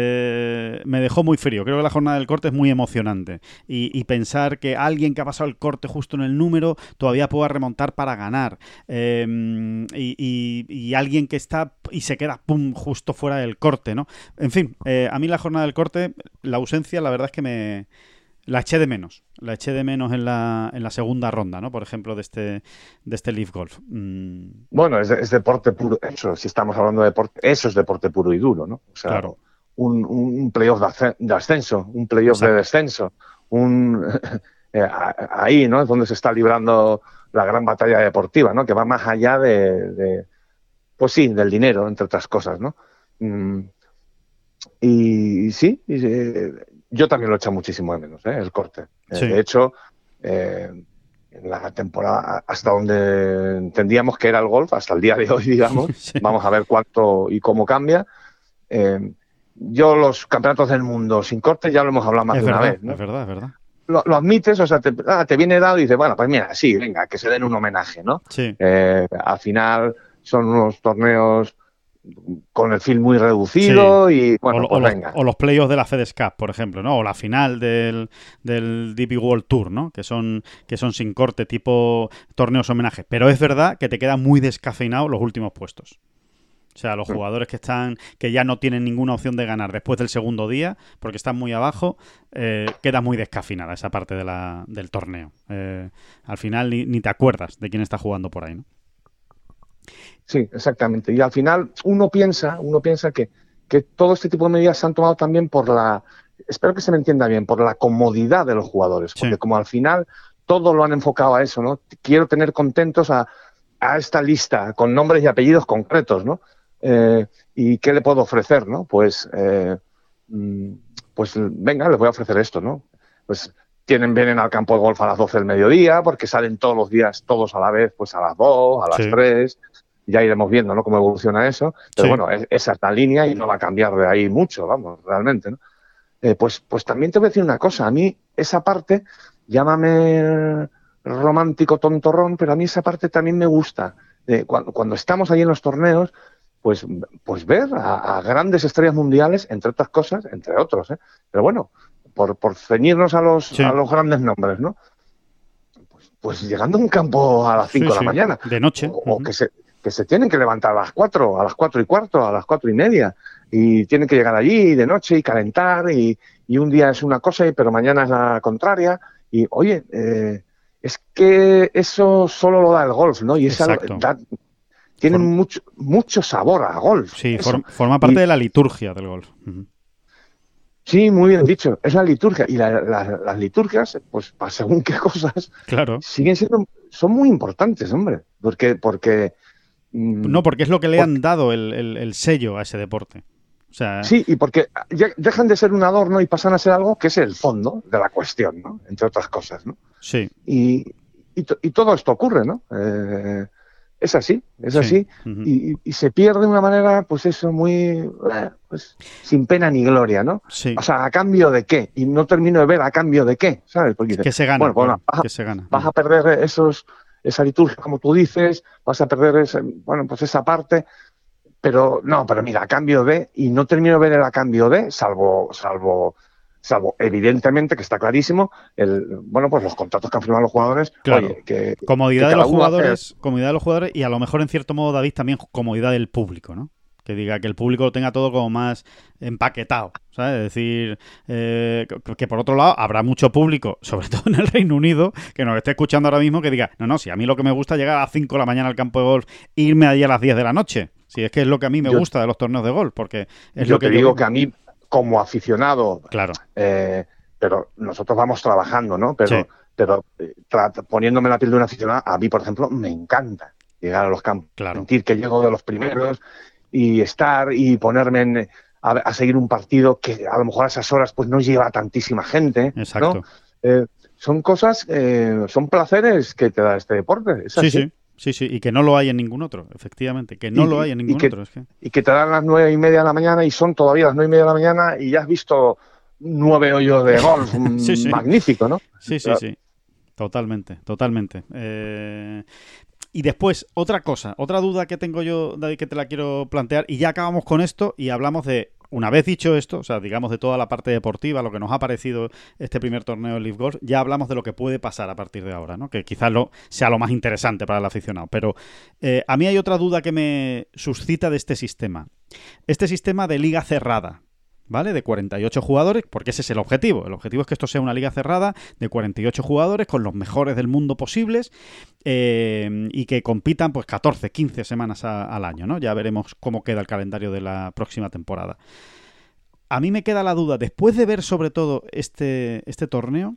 eh, me dejó muy frío. Creo que la jornada del corte es muy emocionante. Y, y pensar que alguien que ha pasado el corte justo en el número todavía pueda remontar para ganar. Eh, y, y, y alguien que está y se queda, pum, justo fuera del corte, ¿no? En fin, eh, a mí la jornada del corte, la ausencia, la verdad es que me... La eché de menos, la eché de menos en la, en la segunda ronda, ¿no? Por ejemplo, de este, de este Leaf Golf. Mm. Bueno, es, es deporte puro, eso, si estamos hablando de deporte, eso es deporte puro y duro, ¿no? O sea, claro. un, un playoff de ascenso, un playoff de descenso, un eh, ahí, ¿no? Es donde se está librando la gran batalla deportiva, ¿no? Que va más allá de, de pues sí, del dinero, entre otras cosas, ¿no? Mm. Y, y sí, y, eh, yo también lo he echado muchísimo de menos, ¿eh? El corte. Sí. De hecho, eh, en la temporada, hasta donde entendíamos que era el golf, hasta el día de hoy, digamos, sí. Vamos a ver cuánto y cómo cambia. Eh, yo los campeonatos del mundo sin corte ya lo hemos hablado más es de verdad, una vez, ¿no? Es verdad, es verdad. Lo, lo admites, o sea, te, ah, te viene dado y dices, bueno, pues mira, sí, venga, que se den un homenaje, ¿no? Sí. Eh, al final son unos torneos con el film muy reducido sí. y bueno, o, pues o venga. Los, o los playoffs de la FedEx Cup, por ejemplo, ¿no? O la final del, del D P World Tour, ¿no? Que son, que son sin corte, tipo torneos homenaje. Pero es verdad que te quedan muy descafeinados los últimos puestos. O sea, los jugadores que están, que ya no tienen ninguna opción de ganar después del segundo día, porque están muy abajo, eh, queda muy descafeinada esa parte de la, del torneo. Eh, al final ni, ni te acuerdas de quién está jugando por ahí, ¿no? Sí, exactamente. Y al final uno piensa, uno piensa que, que todo este tipo de medidas se han tomado también por la, espero que se me entienda bien, por la comodidad de los jugadores. Porque sí. como al final todo lo han enfocado a eso, ¿no? Quiero tener contentos a, a esta lista con nombres y apellidos concretos, ¿no? Eh, ¿Y qué le puedo ofrecer, no? Pues, eh, pues venga, les voy a ofrecer esto, ¿no? Pues tienen, vienen al campo de golf a las doce del mediodía porque salen todos los días, todos a la vez, pues a las dos, a las sí. tres... Ya iremos viendo, ¿no? Cómo evoluciona eso. Pero sí. bueno, es, esa es la línea y no va a cambiar de ahí mucho, vamos, realmente, ¿no? Eh, pues, pues también te voy a decir una cosa. A mí esa parte, llámame romántico tontorrón, pero a mí esa parte también me gusta. Eh, cuando, cuando estamos ahí en los torneos, pues, pues ver a, a grandes estrellas mundiales, entre otras cosas, entre otros, ¿eh? Pero bueno, por, por ceñirnos a los, sí. a los grandes nombres, ¿no? Pues, pues llegando a un campo a las cinco sí, de la sí. mañana. De noche. O, o uh-huh. que, se, que se tienen que levantar a las cuatro, a las cuatro y cuarto, a las cuatro y media. Y tienen que llegar allí de noche y calentar. Y, y un día es una cosa, pero mañana es la contraria. Y, oye, eh, es que eso solo lo da el golf, ¿no? Y es algo, da, tiene Form... mucho, mucho sabor a golf. Sí, form, forma parte y, de la liturgia del golf. Uh-huh. Sí, muy bien dicho. Es la liturgia. Y la, la, las liturgias, pues, para según qué cosas, claro. siguen siendo, son muy importantes, hombre. Porque, porque mmm, no, porque es lo que le porque, han dado el, el, el sello a ese deporte. O sea... Sí, y porque ya dejan de ser un adorno y pasan a ser algo que es el fondo de la cuestión, ¿no? Entre otras cosas, ¿no? Sí. Y, y, to, y todo esto ocurre, ¿no? Eh, es así, es sí. así. Uh-huh. y, y se pierde de una manera, pues eso, muy... Eh, pues, sin pena ni gloria, ¿no? Sí. O sea, ¿a cambio de qué? Y no termino de ver a cambio de qué, ¿sabes? Porque dices, que se gana, bueno, pues, bueno, vas, que se gana. Vas a perder esos, esa liturgia, como tú dices, vas a perder ese, bueno, pues esa parte... Pero no, pero mira, a cambio de, y no termino de ver el a cambio de, salvo, salvo, salvo evidentemente, que está clarísimo, el, bueno, pues los contratos que han firmado los jugadores. Claro. Oye, que, comodidad que de los jugadores, hace... comodidad de los jugadores y a lo mejor en cierto modo, David, también comodidad del público, ¿no? Que diga que el público lo tenga todo como más empaquetado, ¿sabes? Es decir, eh, que, que por otro lado habrá mucho público, sobre todo en el Reino Unido, que nos esté escuchando ahora mismo, que diga, no, no, si a mí lo que me gusta es llegar a las cinco de la mañana al campo de golf e irme allí a las diez de la noche. Si es que es lo que a mí me yo, gusta de los torneos de golf, porque es yo lo que te yo digo vivo. que a mí, como aficionado, claro, eh, pero nosotros vamos trabajando, ¿no? Pero, sí. pero tra- poniéndome la piel de un aficionado, a mí, por ejemplo, me encanta llegar a los campos, claro. sentir que llego de los primeros y estar y ponerme en, a, a seguir un partido que a lo mejor a esas horas pues no lleva tantísima gente, exacto. ¿no? Eh, son cosas, eh, son placeres que te da este deporte. ¿Es así? Sí, sí. Sí, sí, y que no lo hay en ningún otro, efectivamente, que no y, lo hay en ningún y que, otro. Es que... Y que te dan las nueve y media de la mañana y son todavía las nueve y media de la mañana y ya has visto nueve hoyos de golf, sí, sí. magnífico, ¿no? Sí, sí, sí, totalmente, totalmente. Eh... Y después, otra cosa, otra duda que tengo yo, David, que te la quiero plantear, y ya acabamos con esto y hablamos de, una vez dicho esto, o sea, digamos de toda la parte deportiva, lo que nos ha parecido este primer torneo de Live Golf, ya hablamos de lo que puede pasar a partir de ahora, ¿no? Que quizás lo, sea lo más interesante para el aficionado. Pero eh, a mí hay otra duda que me suscita de este sistema. Este sistema de liga cerrada, ¿vale? De cuarenta y ocho jugadores, porque ese es el objetivo. El objetivo es que esto sea una liga cerrada de cuarenta y ocho jugadores con los mejores del mundo posibles eh, y que compitan pues catorce, quince semanas a, al año, ¿no? Ya veremos cómo queda el calendario de la próxima temporada. A mí me queda la duda, después de ver sobre todo este, este torneo,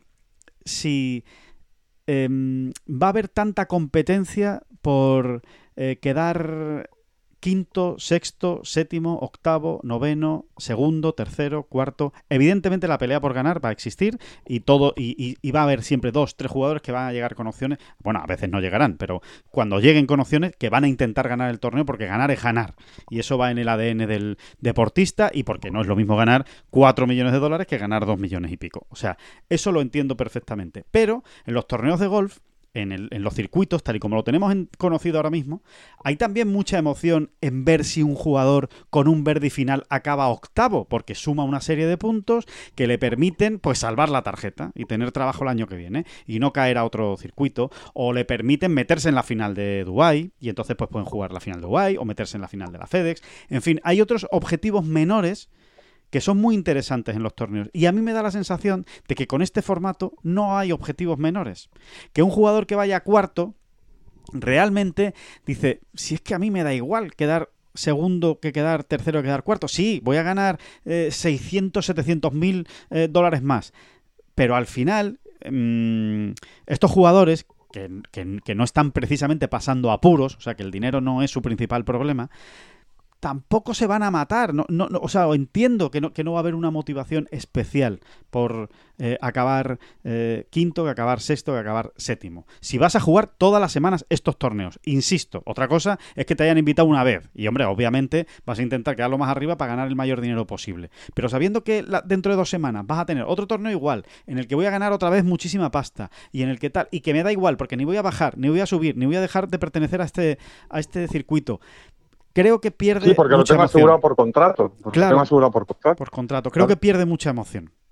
si eh, va a haber tanta competencia por eh, quedar... quinto, sexto, séptimo, octavo, noveno, segundo, tercero, cuarto. Evidentemente la pelea por ganar va a existir y todo y, y, y va a haber siempre dos, tres jugadores que van a llegar con opciones. Bueno, a veces no llegarán, pero cuando lleguen con opciones que van a intentar ganar el torneo porque ganar es ganar. Y eso va en el A D N del deportista y porque no es lo mismo ganar cuatro millones de dólares que ganar dos millones y pico. O sea, eso lo entiendo perfectamente. Pero en los torneos de golf, En, el, en los circuitos, tal y como lo tenemos en, conocido ahora mismo, hay también mucha emoción en ver si un jugador con un birdie final acaba octavo, porque suma una serie de puntos que le permiten pues salvar la tarjeta y tener trabajo el año que viene y no caer a otro circuito, o le permiten meterse en la final de Dubái y entonces pues pueden jugar la final de Dubái o meterse en la final de la FedEx. En fin, hay otros objetivos menores que son muy interesantes en los torneos. Y a mí me da la sensación de que con este formato no hay objetivos menores. Que un jugador que vaya a cuarto realmente dice, si es que a mí me da igual quedar segundo que quedar tercero que quedar cuarto. Sí, voy a ganar eh, seiscientos, setecientos mil eh, dólares más. Pero al final, mmm, estos jugadores que, que, que no están precisamente pasando apuros, o sea que el dinero no es su principal problema, tampoco se van a matar. No, no, no, o sea, entiendo que no, que no va a haber una motivación especial por eh, acabar eh, quinto, que acabar sexto, que acabar séptimo. Si vas a jugar todas las semanas estos torneos, insisto, otra cosa es que te hayan invitado una vez. Y, hombre, obviamente vas a intentar quedar lo más arriba para ganar el mayor dinero posible. Pero sabiendo que la, dentro de dos semanas vas a tener otro torneo igual, en el que voy a ganar otra vez muchísima pasta, y en el que tal, y que me da igual, porque ni voy a bajar, ni voy a subir, ni voy a dejar de pertenecer a este, a este circuito. Creo que pierde. Sí, porque mucha lo tengo emoción. asegurado por contrato. Porque claro, lo tengo asegurado por contrato. Por contrato. Creo claro. que pierde mucha emoción.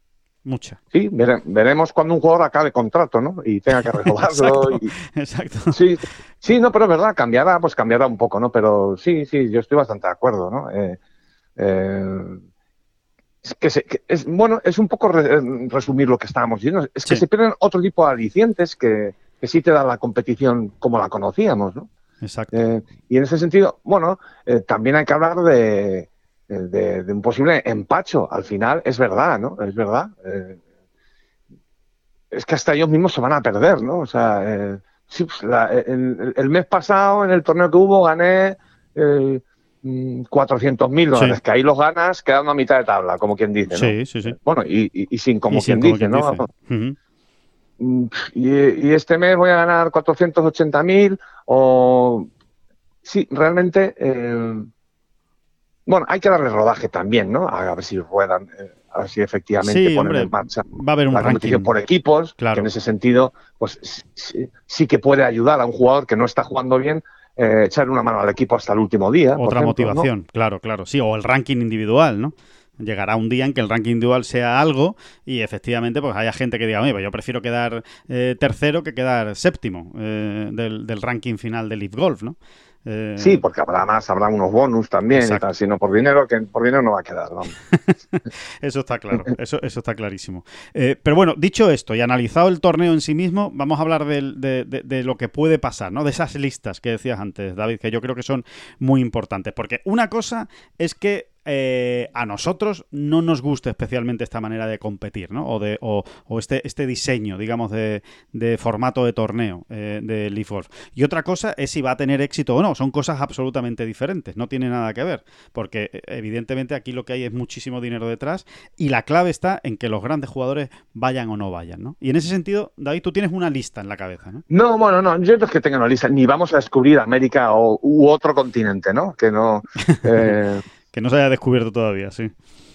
mucha. Sí, vere, veremos cuando un jugador acabe contrato, ¿no? Y tenga que renovarlo. Exacto, y... exacto. Sí, sí, no, pero es verdad, cambiará, pues cambiará un poco, ¿no? Pero sí, sí, yo estoy bastante de acuerdo, ¿no? Eh, eh, es que, se, que es bueno, es un poco re, resumir lo que estábamos diciendo. Es que sí. se pierden otro tipo de alicientes que, que sí te da la competición como la conocíamos, ¿no? Exacto. Eh, y en ese sentido, bueno, eh, también hay que hablar de, de, de un posible empacho. Al final, es verdad, ¿no? Es verdad. Eh, es que hasta ellos mismos se van a perder, ¿no? O sea, eh, sí, pues la, el, el mes pasado, en el torneo que hubo, gané eh, cuatrocientos mil dólares, sí. que ahí los ganas quedando a mitad de tabla, como quien dice, ¿no? Sí, sí, sí. Bueno, y, y, y sin como y sin quien como dice, quien ¿no? Dice. Uh-huh. Y, y este mes voy a ganar cuatrocientos ochenta mil o... Sí, realmente... Eh, bueno, hay que darle rodaje también, ¿no? A ver si ruedan, eh, a ver si efectivamente sí, ponen hombre, en marcha va a haber un la competición ranking por equipos, claro. que en ese sentido, pues sí, sí que puede ayudar a un jugador que no está jugando bien, eh, echarle una mano al equipo hasta el último día. Otra por ejemplo, motivación, ¿no? claro, claro. Sí, o el ranking individual, ¿no? Llegará un día en que el ranking individual sea algo y efectivamente pues haya gente que diga, oye, pues yo prefiero quedar eh, tercero que quedar séptimo eh, del, del ranking final del Leaf Golf, ¿no? Eh... Sí, porque habrá más, habrá unos bonus también. Exacto. Y tal, si no por dinero, que por dinero no va a quedar, vamos. Eso está claro, eso, eso está clarísimo. Eh, pero bueno, dicho esto y analizado el torneo en sí mismo, vamos a hablar de, de, de, de lo que puede pasar, ¿no? De esas listas que decías antes, David, que yo creo que son muy importantes, porque una cosa es que Eh, a nosotros no nos gusta especialmente esta manera de competir, ¿no? O, de, o, o este, este diseño, digamos, de, de formato de torneo eh, de Leaf Golf. Y otra cosa es si va a tener éxito o no. Son cosas absolutamente diferentes. No tiene nada que ver. Porque evidentemente aquí lo que hay es muchísimo dinero detrás y la clave está en que los grandes jugadores vayan o no vayan, ¿no? Y en ese sentido, David, tú tienes una lista en la cabeza, ¿no? No, bueno, no, yo no es que tenga una lista. Ni vamos a descubrir América o, u otro continente, ¿no? Que no... Eh... que no se haya descubierto todavía, sí.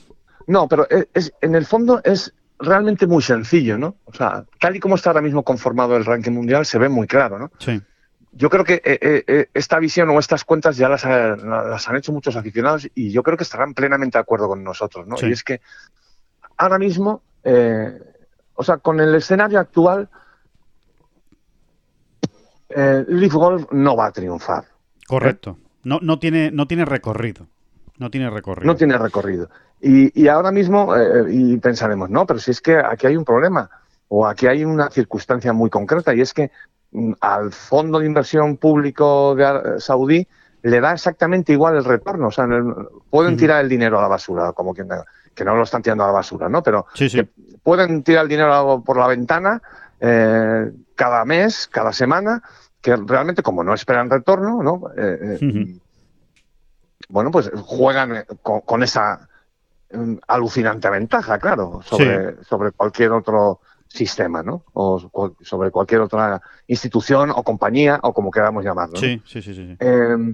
No, pero es, es, en el fondo es realmente muy sencillo, ¿no? O sea, tal y como está ahora mismo conformado el ranking mundial, se ve muy claro, ¿no? Sí. Yo creo que eh, eh, esta visión o estas cuentas ya las, las han hecho muchos aficionados y yo creo que estarán plenamente de acuerdo con nosotros, ¿no? Sí. Y es que ahora mismo, eh, o sea, con el escenario actual, eh, Leaf Golf no va a triunfar. Correcto. ¿Eh? No, no, tiene, no tiene recorrido. No tiene recorrido. No tiene recorrido. Y, y ahora mismo, eh, y pensaremos, no, pero si es que aquí hay un problema, o aquí hay una circunstancia muy concreta, y es que mm, al fondo de inversión público de uh, saudí le da exactamente igual el retorno. O sea, el, pueden uh-huh. tirar el dinero a la basura, como quien que no lo están tirando a la basura, ¿no? Pero sí, sí. pueden tirar el dinero por la ventana eh, cada mes, cada semana, que realmente, como no esperan retorno, ¿no? Eh, uh-huh. Bueno, pues juegan con, con esa um, alucinante ventaja, claro, sobre, sí. sobre cualquier otro sistema, ¿no? O cu- sobre cualquier otra institución o compañía, o como queramos llamarlo, ¿no? Sí, sí, sí, sí. sí. Eh,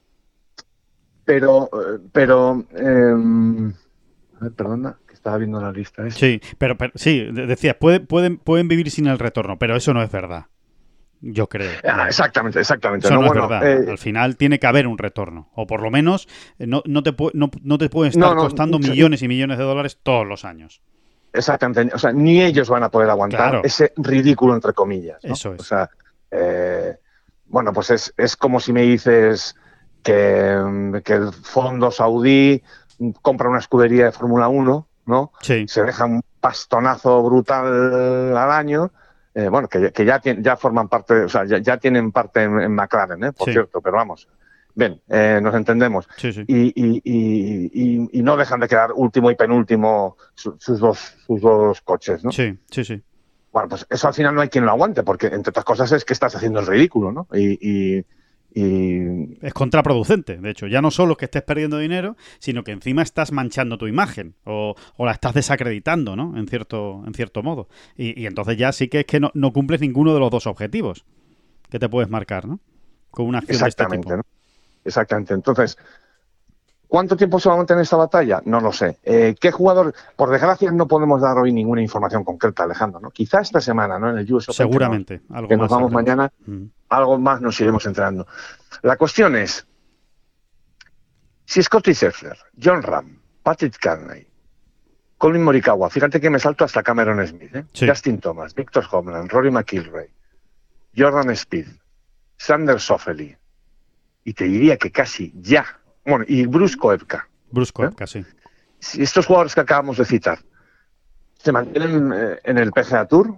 pero, pero, eh, a ver, perdona, que estaba viendo la lista esta. Sí, pero, pero sí, decías, puede, pueden, pueden vivir sin el retorno, pero eso no es verdad. Yo creo. Ah, exactamente, exactamente. Eso no, no es bueno, verdad. Eh, Al final tiene que haber un retorno. O por lo menos no, no, te, pu- no, no te puede estar no, no, costando sí. millones y millones de dólares todos los años. Exactamente. O sea, ni ellos van a poder aguantar Claro. ese ridículo, entre comillas, ¿no? Eso es. O sea, eh, bueno, pues es, es como si me dices que, que el fondo saudí compra una escudería de Fórmula uno, ¿no? Sí. Se deja un pastonazo brutal al año. Eh, bueno, que, que ya, tiene, ya forman parte, o sea, ya, ya tienen parte en, en McLaren, ¿eh? Por Sí. cierto, pero vamos, ven, eh, nos entendemos. Sí, sí. Y, y, y, y, y no dejan de quedar último y penúltimo su, sus, dos, sus dos coches, ¿no? Sí, sí, sí. Bueno, pues eso al final no hay quien lo aguante, porque entre otras cosas es que estás haciendo el ridículo, ¿no? Y, y, y... Es contraproducente, de hecho. Ya no solo que estés perdiendo dinero, sino que encima estás manchando tu imagen o, o la estás desacreditando, ¿no? En cierto, en cierto modo. Y, y entonces ya sí que es que no, no cumples ninguno de los dos objetivos que te puedes marcar, ¿no? Con una acción Exactamente, de este tipo. ¿no? Exactamente. Entonces, ¿cuánto tiempo se va a mantener esta batalla? No lo sé. Eh, ¿Qué jugador? Por desgracia no podemos dar hoy ninguna información concreta, Alejandro, ¿no? Quizá esta semana, ¿no? En el U S Open. Seguramente. Que nos, algo que más nos vamos sabremos. mañana, Mm. algo más nos iremos enterando. La cuestión es, si Scottie Scheffler, John Ram, Patrick Cantlay Colin Morikawa, fíjate que me salto hasta Cameron Smith, ¿eh? Sí. Justin Thomas, Victor Hovland, Rory McIlroy, Jordan Spieth, Sander Schauffele, y te diría que casi ya, bueno, y Bruce Koepka. Bruce Koepka, ¿eh? Sí. Si estos jugadores que acabamos de citar se mantienen eh, en el P G A Tour,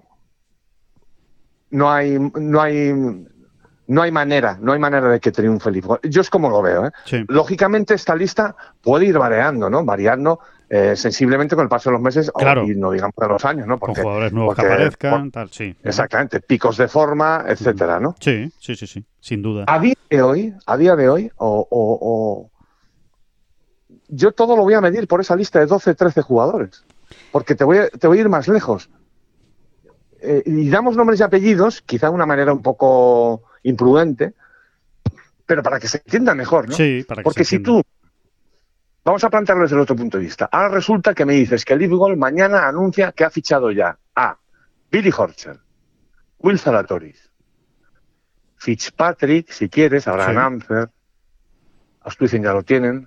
no hay, no hay, no hay manera, no hay manera de que triunfe el Liv. Yo es como lo veo, ¿eh? Sí. Lógicamente esta lista puede ir variando, ¿no? Variando eh, sensiblemente con el paso de los meses, Claro. o, y no digamos de los años, ¿no? Con Porque, jugadores nuevos porque, que aparezcan, por, tal, sí. Exactamente, picos de forma, etcétera, ¿no? Sí, sí, sí, sí, sin duda. A día de hoy, a día de hoy, o, o, o yo todo lo voy a medir por esa lista de doce, trece jugadores. Porque te voy a, te voy a ir más lejos. Eh, y damos nombres y apellidos, quizá de una manera un poco imprudente, pero para que se entienda mejor, ¿no? Sí, para que Porque se si entienda. tú, vamos a plantearlo desde el otro punto de vista, ahora resulta que me dices que el Liv Golf mañana anuncia que ha fichado ya a Billy Horschel, Will Zalatoris, Fitzpatrick, si quieres, Abraham Sí. Ancer, Austuizen ya lo tienen,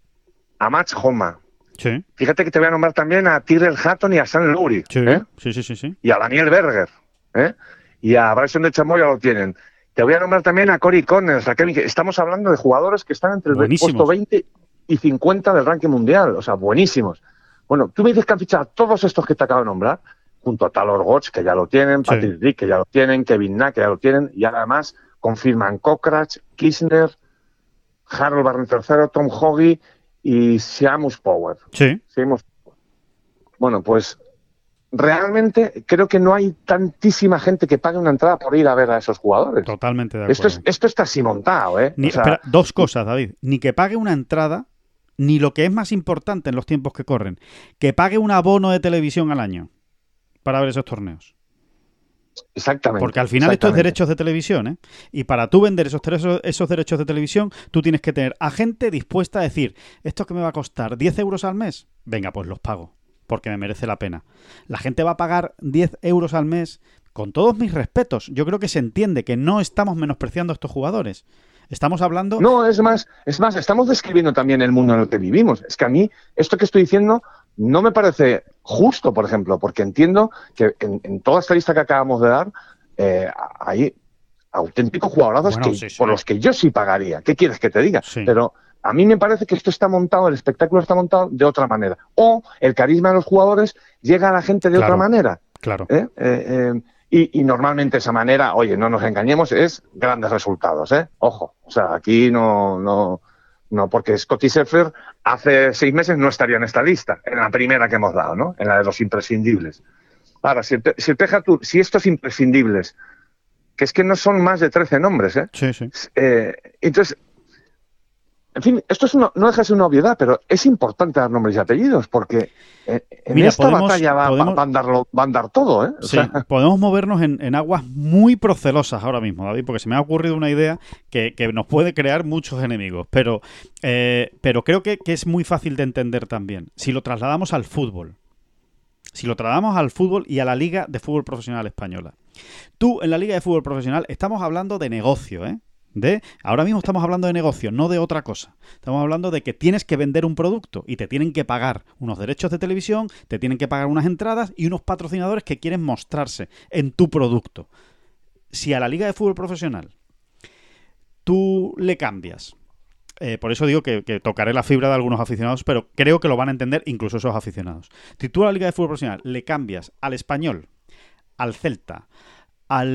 a Mats Homa. Sí, Fíjate que te voy a nombrar también a Tyrrell Hatton y a Sam Lowry, sí, ¿eh? sí, sí, sí, sí. Y a Daniel Berger, ¿eh? Y a Bryson DeChambeau ya lo tienen. Te voy a nombrar también a Corey Connors, a Kevin. Estamos hablando de jugadores que están entre el Buenísimos. puesto veinte y cincuenta del ranking mundial, o sea, buenísimos. Bueno, tú me dices que han fichado a todos estos que te acabo de nombrar, junto a Talor Gotch, que ya lo tienen, Sí. Patrick Reed, que ya lo tienen, Kevin Na, que ya lo tienen, y además confirman Kokratch, Kisner, Harold Barnett tercero, Tom Hoggy y Seamus Power. Sí, Seamus Power. Bueno, pues realmente creo que no hay tantísima gente que pague una entrada por ir a ver a esos jugadores. totalmente de acuerdo. Esto, es, esto está así montado, ¿eh? Ni- O sea, espera, dos cosas, David. Ni que pague una entrada, ni lo que es más importante en los tiempos que corren, que pague un abono de televisión al año para ver esos torneos. exactamente. Porque al final esto es exactamente. derechos de televisión, ¿eh? Y para tú vender esos, esos, esos derechos de televisión, tú tienes que tener a gente dispuesta a decir, ¿esto que me va a costar diez euros al mes? Venga, pues los pago, porque me merece la pena. La gente va a pagar diez euros al mes, con todos mis respetos. Yo creo que se entiende que no estamos menospreciando a estos jugadores. Estamos hablando... No, es más, es más, estamos describiendo también el mundo en el que vivimos. Es que a mí, esto que estoy diciendo no me parece justo, por ejemplo, porque entiendo que en, en toda esta lista que acabamos de dar, eh, hay auténticos jugadorazos Bueno, que, sí, sí. por los que yo sí pagaría. ¿Qué quieres que te diga? Sí. Pero a mí me parece que esto está montado, el espectáculo está montado de otra manera. O el carisma de los jugadores llega a la gente de Claro. otra manera. Claro. ¿eh? Eh, eh, y, y normalmente esa manera, oye, no nos engañemos, es grandes resultados, ¿eh? Ojo, o sea, aquí no, no, no, porque Scottie Scheffler hace seis meses no estaría en esta lista, en la primera que hemos dado, ¿no? En la de los imprescindibles. Ahora, si el, si el P G A Tour, si estos imprescindibles, que es que no son más de trece nombres, ¿eh? Sí, sí. Eh, entonces, en fin, esto es una, no deja de ser una obviedad, pero es importante dar nombres y apellidos, porque eh, en Mira, esta podemos- batalla va, podemos- va, va a andarlo- va a andar todo, ¿eh? O Sí, sea, podemos movernos en, en aguas muy procelosas ahora mismo, David, porque se me ha ocurrido una idea que, que nos puede crear muchos enemigos, pero, eh, pero creo que, que es muy fácil de entender también. Si lo trasladamos al fútbol, si lo trasladamos al fútbol y a la Liga de Fútbol Profesional Española. Tú, en la Liga de Fútbol Profesional, estamos hablando de negocio, ¿eh? De, ahora mismo estamos hablando de negocio, no de otra cosa. Estamos hablando de que tienes que vender un producto y te tienen que pagar unos derechos de televisión, te tienen que pagar unas entradas y unos patrocinadores que quieren mostrarse en tu producto. Si a la Liga de Fútbol Profesional tú le cambias, eh, por eso digo que, que tocaré la fibra de algunos aficionados, pero creo que lo van a entender incluso esos aficionados. Si tú a la Liga de Fútbol Profesional le cambias al Español, al Celta, al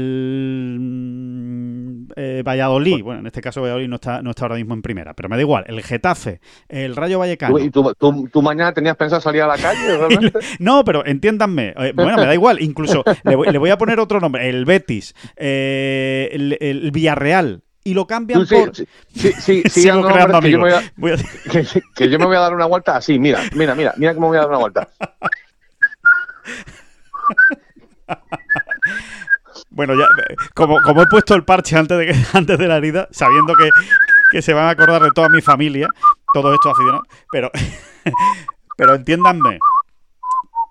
mm, eh, Valladolid, bueno, en este caso Valladolid no está, no está ahora mismo en primera, pero me da igual, el Getafe, el Rayo Vallecano. ¿y tú, tú, tú mañana tenías pensado salir a la calle, realmente? No, pero entiéndanme, eh, bueno, me da igual, incluso le voy, le voy a poner otro nombre, el Betis, eh, el, el Villarreal, y lo cambian Tú sí, por... sí, sí, sí, sí, Sigo dando creando nombres que yo me amigos. voy a- Voy a- que, que yo me voy a dar una vuelta así, mira, mira, mira, mira cómo me voy a dar una vuelta. Bueno, ya, eh, como, como he puesto el parche antes de, que, antes de la herida, sabiendo que, que se van a acordar de toda mi familia, todos estos aficionados, pero, pero entiéndanme,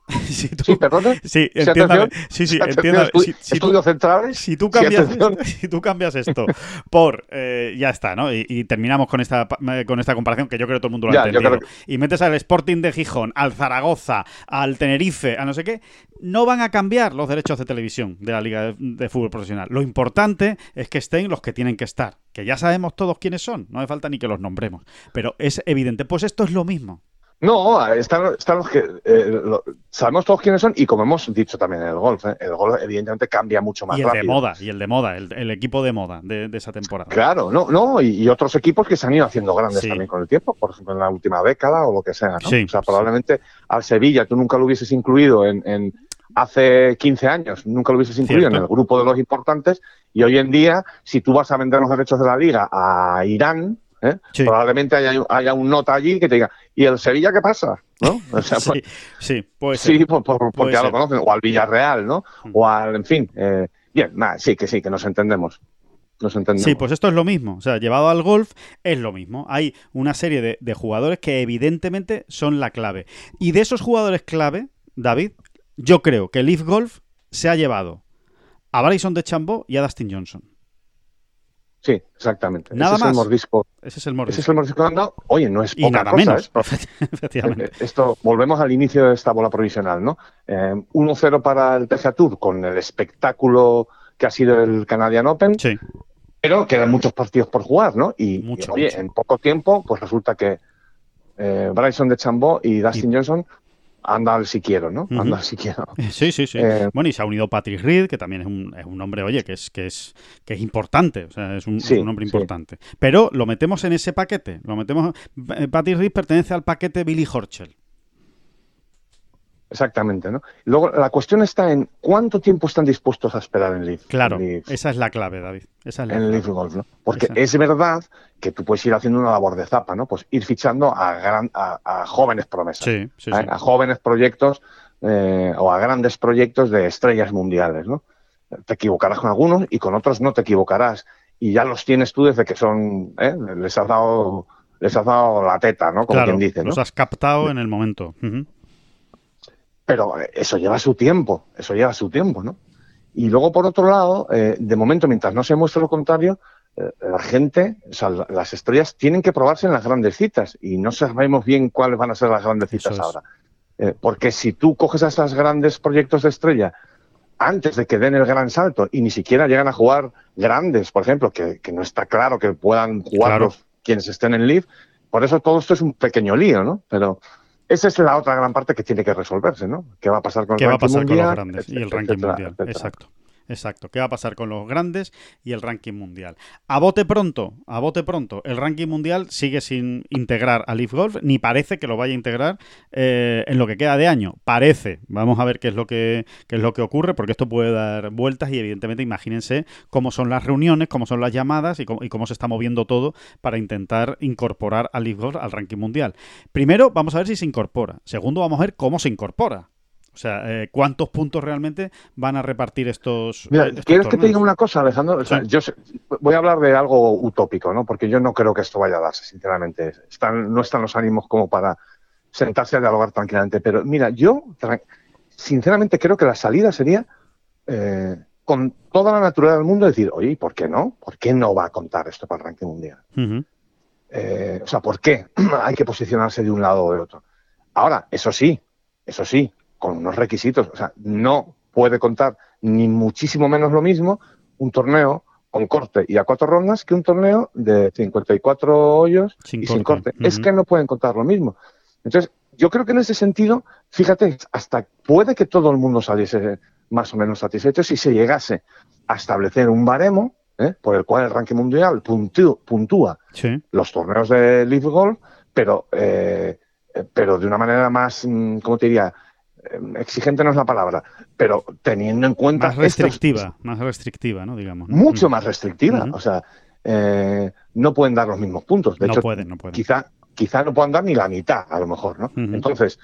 Si tú, sí, perdón. Sí, entiéndame. Sí, sí, entiéndame. Estu si, si estudios tú, centrales. Si tú, cambias, sí, si tú cambias esto por... Eh, ya está, ¿no? Y, y terminamos con esta, con esta comparación que yo creo que todo el mundo lo ha entendido. Que... Y metes al Sporting de Gijón, al Zaragoza, al Tenerife, a no sé qué, no van a cambiar los derechos de televisión de la Liga de, de Fútbol Profesional. Lo importante es que estén los que tienen que estar. Que ya sabemos todos quiénes son. No hace falta ni que los nombremos. Pero es evidente. Pues esto es lo mismo. No, están, están los que eh, lo, sabemos todos quiénes son y como hemos dicho también en el golf, ¿eh? El golf evidentemente cambia mucho más rápido. Y el rápido. de moda, y el de moda, el, el equipo de moda de, de esa temporada. Claro, no, no, y, y otros equipos que se han ido haciendo grandes sí. también con el tiempo, por ejemplo en la última década o lo que sea, ¿no? Sí, o sea, probablemente sí. al Sevilla tú nunca lo hubieses incluido en, en hace quince años, nunca lo hubieses incluido Cierto. en el grupo de los importantes y hoy en día, si tú vas a vender los derechos de la Liga a Irán, ¿Eh? Sí. probablemente haya, haya un nota allí que te diga, ¿y el Sevilla qué pasa? ¿No? O sea, sí, pues, sí, puede sí, ser. por, por, porque puede ya ser. lo conocen, o al Villarreal, ¿no? Mm. O al, en fin, eh, bien, nada, sí, que sí, que nos entendemos. Nos entendemos. Sí, pues esto es lo mismo. O sea, llevado al golf es lo mismo. Hay una serie de, de jugadores que evidentemente son la clave. Y de esos jugadores clave, David, yo creo que Leaf Golf se ha llevado a Bryson DeChambeau y a Dustin Johnson. Sí, exactamente. Nada ese más. Es el mordisco. Ese es el mordisco. Ese es el mordisco que han dado. Oye, no es poca y nada cosa, menos, ¿eh? efectivamente. Esto, volvemos al inicio de esta bola provisional, ¿no? Eh, uno cero para el P G A Tour con el espectáculo que ha sido el Canadian Open. Sí. Pero quedan muchos partidos por jugar, ¿no? Y, mucho, y oye, mucho. en poco tiempo, pues resulta que eh, Bryson DeChambeau y Dustin y... Johnson anda al si quiero, ¿no? Uh-huh. Anda al si quiero. Sí, sí, sí. Eh, bueno, y se ha unido Patrick Reed, que también es un, es un hombre, oye, que es, que es que es importante, o sea, es un, sí, es un hombre sí. importante. Pero lo metemos en ese paquete, lo metemos... Patrick Reed pertenece al paquete Billy Horschel. Exactamente, ¿no? Luego, la cuestión está en cuánto tiempo están dispuestos a esperar en Leaf. Claro, en Leaf, esa es la clave, David. Esa es la en clave. Leaf Golf, ¿no? Porque esa. es verdad que tú puedes ir haciendo una labor de zapa, ¿no? Pues ir fichando a, gran, a, a jóvenes promesas, sí, sí, a, sí. a jóvenes proyectos eh, o a grandes proyectos de estrellas mundiales, ¿no? Te equivocarás con algunos y con otros no te equivocarás. Y ya los tienes tú desde que son... ¿eh? Les has dado, les has dado la teta, ¿no? Como claro, quien dice, ¿no? Los has captado en el momento. Uh-huh. Pero eso lleva su tiempo, eso lleva su tiempo, ¿no? Y luego, por otro lado, eh, de momento, mientras no se muestre lo contrario, eh, la gente, o sea, las estrellas tienen que probarse en las grandes citas y no sabemos bien cuáles van a ser las grandes citas ahora. Eh, porque si tú coges a esos grandes proyectos de estrella antes de que den el gran salto y ni siquiera llegan a jugar grandes, por ejemplo, que, que no está claro que puedan jugar claro. los, quienes estén en Leaf, por eso todo esto es un pequeño lío, ¿no? Pero... esa es la otra gran parte que tiene que resolverse, ¿no? ¿Qué va a pasar con el ¿Qué ranking va a pasar mundial? con los grandes y el ranking etcétera, mundial? Etcétera. Exacto. Exacto. ¿Qué va a pasar con los grandes y el ranking mundial? A bote pronto, a bote pronto, el ranking mundial sigue sin integrar a Leaf Golf, ni parece que lo vaya a integrar eh, en lo que queda de año. Parece. Vamos a ver qué es lo que qué es lo que ocurre, porque esto puede dar vueltas y evidentemente imagínense cómo son las reuniones, cómo son las llamadas y cómo, y cómo se está moviendo todo para intentar incorporar a Leaf Golf al ranking mundial. Primero, vamos a ver si se incorpora. Segundo, vamos a ver cómo se incorpora. O sea, eh, ¿cuántos puntos realmente van a repartir estos Mira, estos ¿quieres torneos? que te diga una cosa, Alejandro? O sea, sí. yo sé, voy a hablar de algo utópico, ¿no? Porque yo no creo que esto vaya a darse, sinceramente. Están, no están los ánimos como para sentarse a dialogar tranquilamente. Pero mira, yo sinceramente creo que la salida sería eh, con toda la naturaleza del mundo decir, oye, ¿por qué no? ¿Por qué no va a contar esto para el ranking mundial? Uh-huh. Eh, o sea, ¿por qué hay que posicionarse de un lado o de otro? Ahora, eso sí, eso sí, con unos requisitos. O sea, no puede contar ni muchísimo menos lo mismo un torneo con corte y a cuatro rondas que un torneo de cincuenta y cuatro hoyos sin y corte. sin corte. Uh-huh. Es que no pueden contar lo mismo. Entonces, yo creo que en ese sentido, fíjate, hasta puede que todo el mundo saliese más o menos satisfecho si se llegase a establecer un baremo ¿eh? por el cual el ranking mundial puntúa, puntúa sí. los torneos de Leaf Golf, pero, eh, pero de una manera más, ¿cómo te diría? Exigente no es la palabra, pero teniendo en cuenta... Más restrictiva, estos, más restrictiva, ¿no? Digamos. ¿no? Mucho uh-huh. más restrictiva. Uh-huh. O sea, eh, no pueden dar los mismos puntos. De no hecho, pueden, no pueden. Quizá, quizá no puedan dar ni la mitad, a lo mejor, ¿no? Uh-huh. Entonces,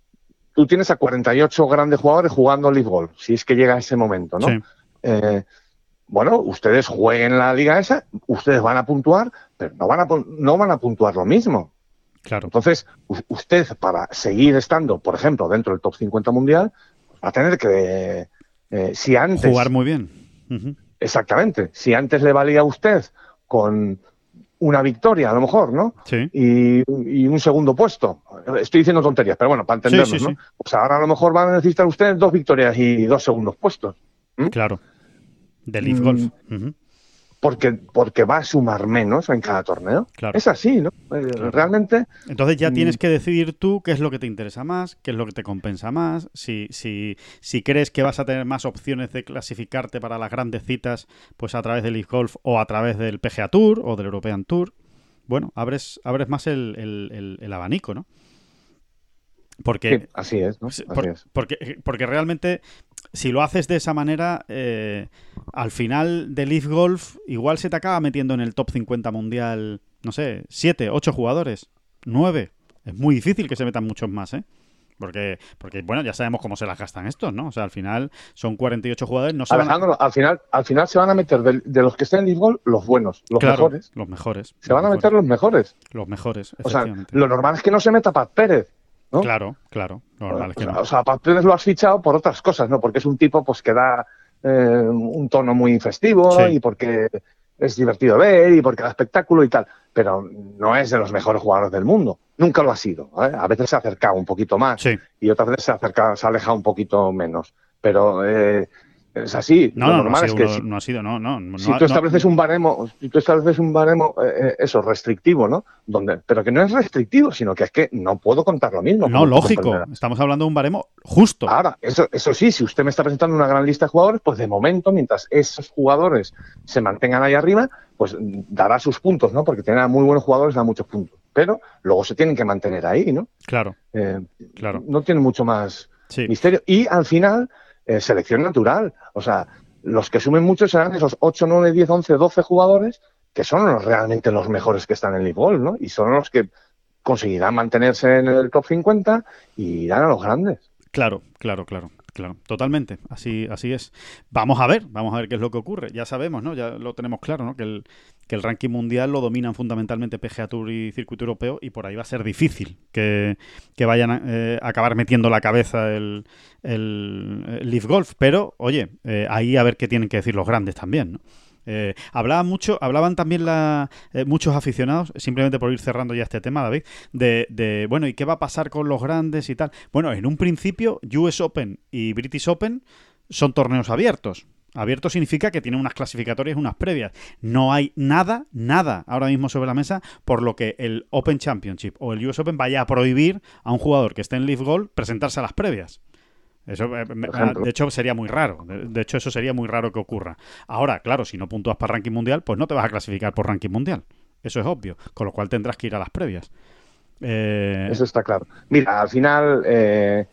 tú tienes a cuarenta y ocho grandes jugadores jugando Leaf Golf, si es que llega ese momento, ¿no? Sí. Eh, bueno, ustedes jueguen la liga esa, ustedes van a puntuar, pero no van a, no van a puntuar lo mismo. Claro. Entonces, usted, para seguir estando, por ejemplo, dentro del top cincuenta mundial, va a tener que, eh, si antes... Jugar muy bien. Uh-huh. Exactamente. Si antes le valía a usted con una victoria, a lo mejor, ¿no? Sí. Y, y un segundo puesto. Estoy diciendo tonterías, pero bueno, para entendernos, sí, sí, ¿no? sí. Pues ahora a lo mejor van a necesitar ustedes dos victorias y dos segundos puestos. ¿Mm? Claro. De Leaf Golf. Mm. Uh-huh. Porque, porque va a sumar menos en cada torneo. Claro. Es así, ¿no? Claro. Realmente... Entonces ya tienes que decidir tú qué es lo que te interesa más, qué es lo que te compensa más, si, si, si crees que vas a tener más opciones de clasificarte para las grandes citas pues a través del Leaf Golf o a través del P G A Tour o del European Tour. Bueno, abres, abres más el, el, el, el abanico, ¿no? Porque, sí, así es, ¿no? Así por, es. Porque, porque realmente, si lo haces de esa manera, eh, al final de Leaf Golf, igual se te acaba metiendo en el top cincuenta mundial, no sé, siete, ocho jugadores, nueve. Es muy difícil que se metan muchos más, ¿eh? Porque, porque, bueno, ya sabemos cómo se las gastan estos, ¿no? O sea, al final son cuarenta y ocho jugadores. No se Alejandro, van a... al final, al final se van a meter de, de los que estén en Leaf Golf, los buenos, los claro, mejores. Los mejores. Se los van a mejores. meter los mejores. Los mejores, O sea, efectivamente. lo normal es que no se meta Pat Pérez, ¿no? Claro, claro. Lo normal es que no. O sea, Pat Pérez lo has fichado por otras cosas, ¿no? Porque es un tipo pues que da eh, un tono muy festivo Sí. y porque es divertido ver y porque da espectáculo y tal. Pero no es de los mejores jugadores del mundo. Nunca lo ha sido, ¿eh? A veces se ha acercado un poquito más Sí. y otras veces se ha, acercado, se ha alejado un poquito menos. Pero eh, es así. No, lo no, no normal ha es sido que uno- si, no ha sido, no, no. no si ha- tú no- estableces un baremo, si tú estableces un baremo, eh, eso, restrictivo, ¿no? Donde, pero que no es restrictivo, sino que es que no puedo contar lo mismo. No, como tú lógico. comprenderás. Estamos hablando de un baremo justo. Ahora, eso, eso sí, si usted me está presentando una gran lista de jugadores, pues de momento, mientras esos jugadores se mantengan ahí arriba, pues dará sus puntos, ¿no? Porque tener a muy buenos jugadores da muchos puntos. Pero luego se tienen que mantener ahí, ¿no? Claro, Eh, claro. No tiene mucho más Sí. misterio. Y al final, eh, selección natural. O sea, los que sumen mucho serán esos ocho, nueve, diez, once, doce jugadores que son los, realmente los mejores que están en Leaf Golf, ¿no? Y son los que conseguirán mantenerse en el top cincuenta y irán a los grandes. Claro, claro, claro, claro, totalmente, así, así es. Vamos a ver, vamos a ver qué es lo que ocurre. Ya sabemos, ¿no? Ya lo tenemos claro, ¿no? Que el, que el ranking mundial lo dominan fundamentalmente P G A Tour y Circuito Europeo y por ahí va a ser difícil que, que vayan a eh, acabar metiendo la cabeza el, el, el Leaf Golf. Pero, oye, eh, ahí a ver qué tienen que decir los grandes también, ¿no? Eh, hablaba mucho, hablaban también la, eh, muchos aficionados, simplemente por ir cerrando ya este tema, David, de, de, bueno, ¿y qué va a pasar con los grandes y tal? Bueno, en un principio, U S Open y British Open son torneos abiertos. Abierto significa que tienen unas clasificatorias y unas previas. No hay nada, nada ahora mismo sobre la mesa por lo que el Open Championship o el U S Open vaya a prohibir a un jugador que esté en Leaf Golf presentarse a las previas. Eso, eh, de hecho, sería muy raro. De, de hecho, eso sería muy raro que ocurra. Ahora, claro, si no puntúas para ranking mundial, pues no te vas a clasificar por ranking mundial. Eso es obvio. Con lo cual tendrás que ir a las previas. Eh... Eso está claro. Mira, al final, eh,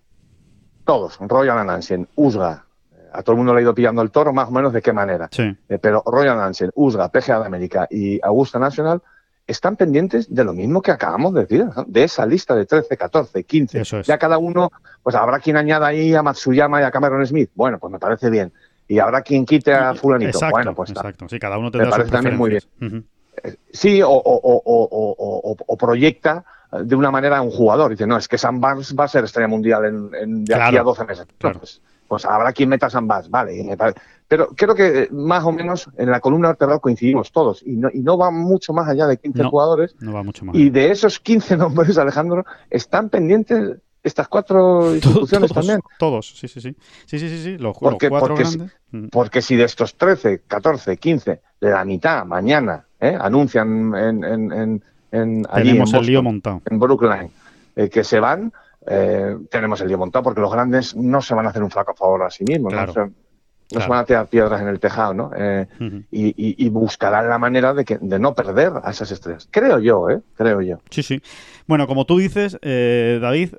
todos, Royal Nansen, U S G A, a todo el mundo le ha ido pillando el toro más o menos de qué manera. Sí. Eh, pero Royal Nansen, U S G A, P G A de América y Augusta National están pendientes de lo mismo que acabamos de decir, ¿no? De esa lista de trece, catorce, quince. Eso es. Ya cada uno, pues habrá quien añada ahí a Matsuyama y a Cameron Smith. Bueno, pues me parece bien. Y habrá quien quite a fulanito. Exacto, bueno, pues exacto. Sí, cada uno me tendrá sus parece también muy bien. preferencias. Uh-huh. Sí, o, o, o, o, o, o proyecta de una manera a un jugador. Dice, no, es que Sam Barnes va a ser estrella mundial en, en de Claro, aquí a doce meses. claro. Pues, pues habrá quien meta a Sam Barnes, vale. Me parece. Pero creo que más o menos en la columna vertebral coincidimos todos. Y no, y no va mucho más allá de quince No, jugadores. No va mucho más. Y de esos quince nombres, Alejandro, están pendientes estas cuatro instituciones todos, también. Todos, sí, sí, sí. Sí, sí, sí, sí. Los, Porque, los cuatro porque, grandes. si, porque si de estos trece, catorce, quince, de la mitad mañana ¿eh? anuncian en, en, en, en allí Tenemos en el Boston, lío montado. en Brookline, eh, que se van, eh, tenemos el lío montado, porque los grandes no se van a hacer un flaco favor a sí mismos, Claro. ¿no? O sea, no Claro. se van a tirar piedras en el tejado, ¿no? Eh, Uh-huh. y, y, y buscarán la manera de, que, de no perder a esas estrellas. Creo yo, ¿eh? Creo yo. Sí, sí. Bueno, como tú dices, eh, David,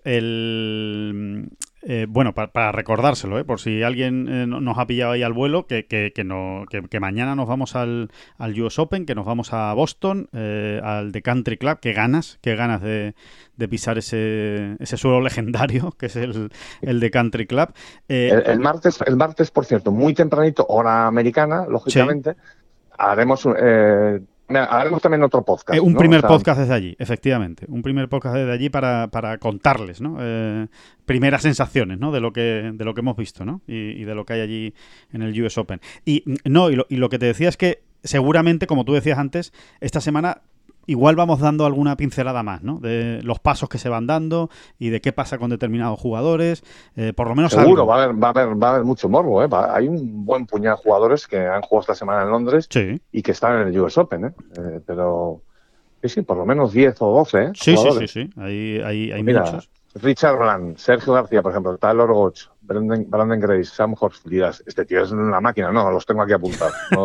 el... Eh, bueno, para, para recordárselo, ¿eh? Por si alguien eh, nos ha pillado ahí al vuelo, que, que, que, no, que, que mañana nos vamos al, al U S Open, que nos vamos a Boston, eh, al The Country Club, que ganas, que ganas de, de pisar ese, ese suelo legendario, que es el, el The Country Club. Eh, El, el, martes, el martes, por cierto, muy tempranito, hora americana, lógicamente, sí. haremos... Eh, haremos también otro podcast. Eh, un ¿no? primer o sea, podcast desde allí, efectivamente. Un primer podcast desde allí para, para contarles, ¿no? Eh, primeras sensaciones, ¿no? De lo que, de lo que hemos visto, ¿no? Y, y de lo que hay allí en el U S Open. Y no, y lo, y lo que te decía es que seguramente, como tú decías antes, esta semana igual vamos dando alguna pincelada más, ¿no? De los pasos que se van dando y de qué pasa con determinados jugadores. Eh, por lo menos seguro, algo. va a haber, va a haber, va a haber mucho morbo, ¿eh? Va, hay un buen puñado de jugadores que han jugado esta semana en Londres sí. y que están en el U S Open, ¿eh? eh pero sí, sí, por lo menos diez o doce, ¿eh? Sí, jugadores. sí, sí, sí. Hay, hay, hay Mira, muchos. Richard Bland, Sergio García, por ejemplo, Tyler Goetz, Brandon, Brandon Grace, Sam Horsfield. Dirás, este tío es una máquina. No, los tengo aquí apuntados. No,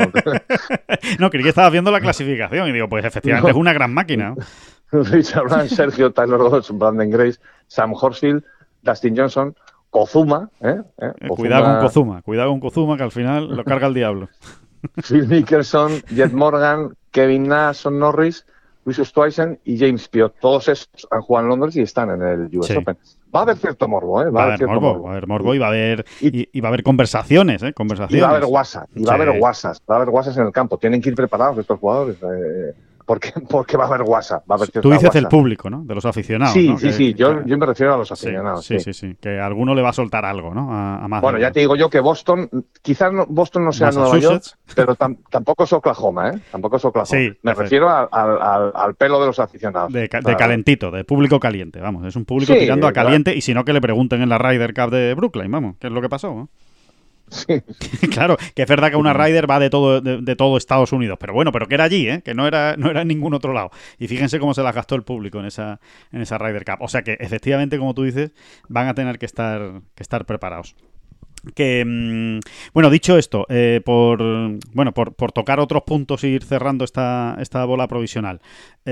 no, creí que estabas viendo la clasificación y digo, pues efectivamente no. Es una gran máquina, ¿no? Richard Bland, Sergio, Tyler Goetz, Brandon Grace, Sam Horsfield, Dustin Johnson, Kozuma. ¿eh? ¿Eh? Kozuma. Cuidado con Kozuma, cuidado con Kozuma, que al final lo carga el diablo. Phil Mickelson, Jet Morgan, Kevin Na, Son Norris, Luis Oosthuizen y James Piot. Todos estos han jugado en Londres y están en el U S sí. Open. Va a haber cierto morbo, ¿eh? Va, va a haber cierto morbo, morbo. Va a haber morbo y va a haber, y, y va a haber conversaciones, ¿eh? Conversaciones. Y va a haber WhatsApp, y va sí. a haber WhatsApp, va a haber WhatsApp en el campo. Tienen que ir preparados estos jugadores. Eh, porque, porque va a haber WhatsApp. Va a haber Tú dices WhatsApp. el público, ¿no? De los aficionados. Sí, ¿no? sí, que, sí. Que, yo, que, yo me refiero a los aficionados. Sí, sí, sí, sí. sí. Que a alguno le va a soltar algo, ¿no? A, a más bueno, ya te digo yo que Boston, quizás no, Boston no sea Nueva York, pero tam, tampoco es Oklahoma, ¿eh? Tampoco es Oklahoma. Sí, me perfecto. refiero al, al, al pelo de los aficionados. De, de calentito, de público caliente, vamos. Es un público sí, tirando a caliente claro. Y si no que le pregunten en la Ryder Cup de Brookline, vamos, ¿qué es lo que pasó? ¿no? Sí. Claro, que es verdad que una Ryder va de todo de, de todo Estados Unidos, pero bueno, pero que era allí, ¿eh? Que no era no era en ningún otro lado. Y fíjense cómo se las gastó el público en esa en esa Ryder Cup. O sea que efectivamente, como tú dices, van a tener que estar que estar preparados. Que bueno, dicho esto, eh, por bueno por, por tocar otros puntos e ir cerrando esta, esta bola provisional.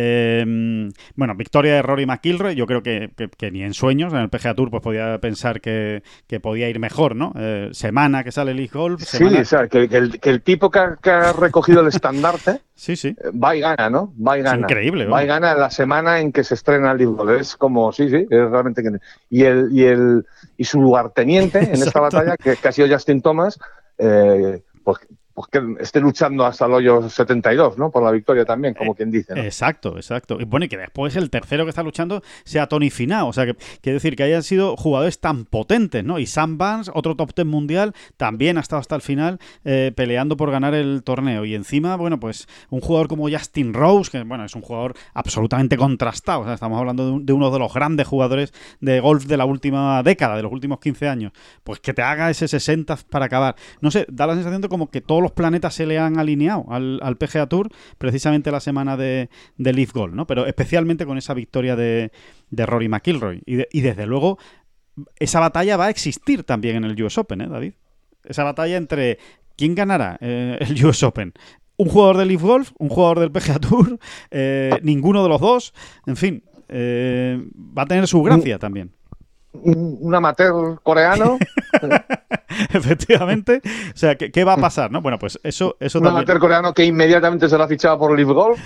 Eh, bueno, victoria de Rory McIlroy, yo creo que, que, que ni en sueños, en el P G A Tour pues podía pensar que, que podía ir mejor, ¿no? Eh, semana que sale el League Golf. Semana... Sí, o sea, que, que, el, que el tipo que ha, que ha recogido el estandarte sí, sí. va y gana, ¿no? Va y gana. Es increíble. Va y gana la semana en que se estrena el League Golf. Es como, sí, sí, es realmente que... Y el, y el y su lugarteniente en esta batalla, que, que ha sido Justin Thomas, eh, pues, pues que esté luchando hasta el hoyo setenta y dos, ¿no? Por la victoria también, como eh, quien dice, ¿no? Exacto, exacto. Y bueno, y que después el tercero que está luchando sea Tony Finau. O sea, que quiere decir que hayan sido jugadores tan potentes, ¿no? Y Sam Burns, otro top ten mundial, también ha estado hasta el final eh, peleando por ganar el torneo. Y encima, bueno, pues un jugador como Justin Rose, que bueno, es un jugador absolutamente contrastado. O sea, estamos hablando de, un, de uno de los grandes jugadores de golf de la última década, de los últimos quince años. Pues que te haga ese sesenta para acabar. No sé, da la sensación de como que todos los planetas se le han alineado al, al P G A Tour precisamente la semana de, de Leaf Golf, ¿no? Pero especialmente con esa victoria de, de Rory McIlroy. Y, de, y desde luego esa batalla va a existir también en el U S Open, ¿eh, David? Esa batalla entre quién ganará eh, el U S Open. Un jugador de Leaf Golf, un jugador del P G A Tour, eh, ninguno de los dos, en fin, eh, va a tener su gracia un, también. Un amateur coreano. Efectivamente. O sea, ¿qué, ¿qué va a pasar? ¿No? Bueno, pues eso, eso un también. amateur coreano que inmediatamente se lo ha fichado por Leaf Golf.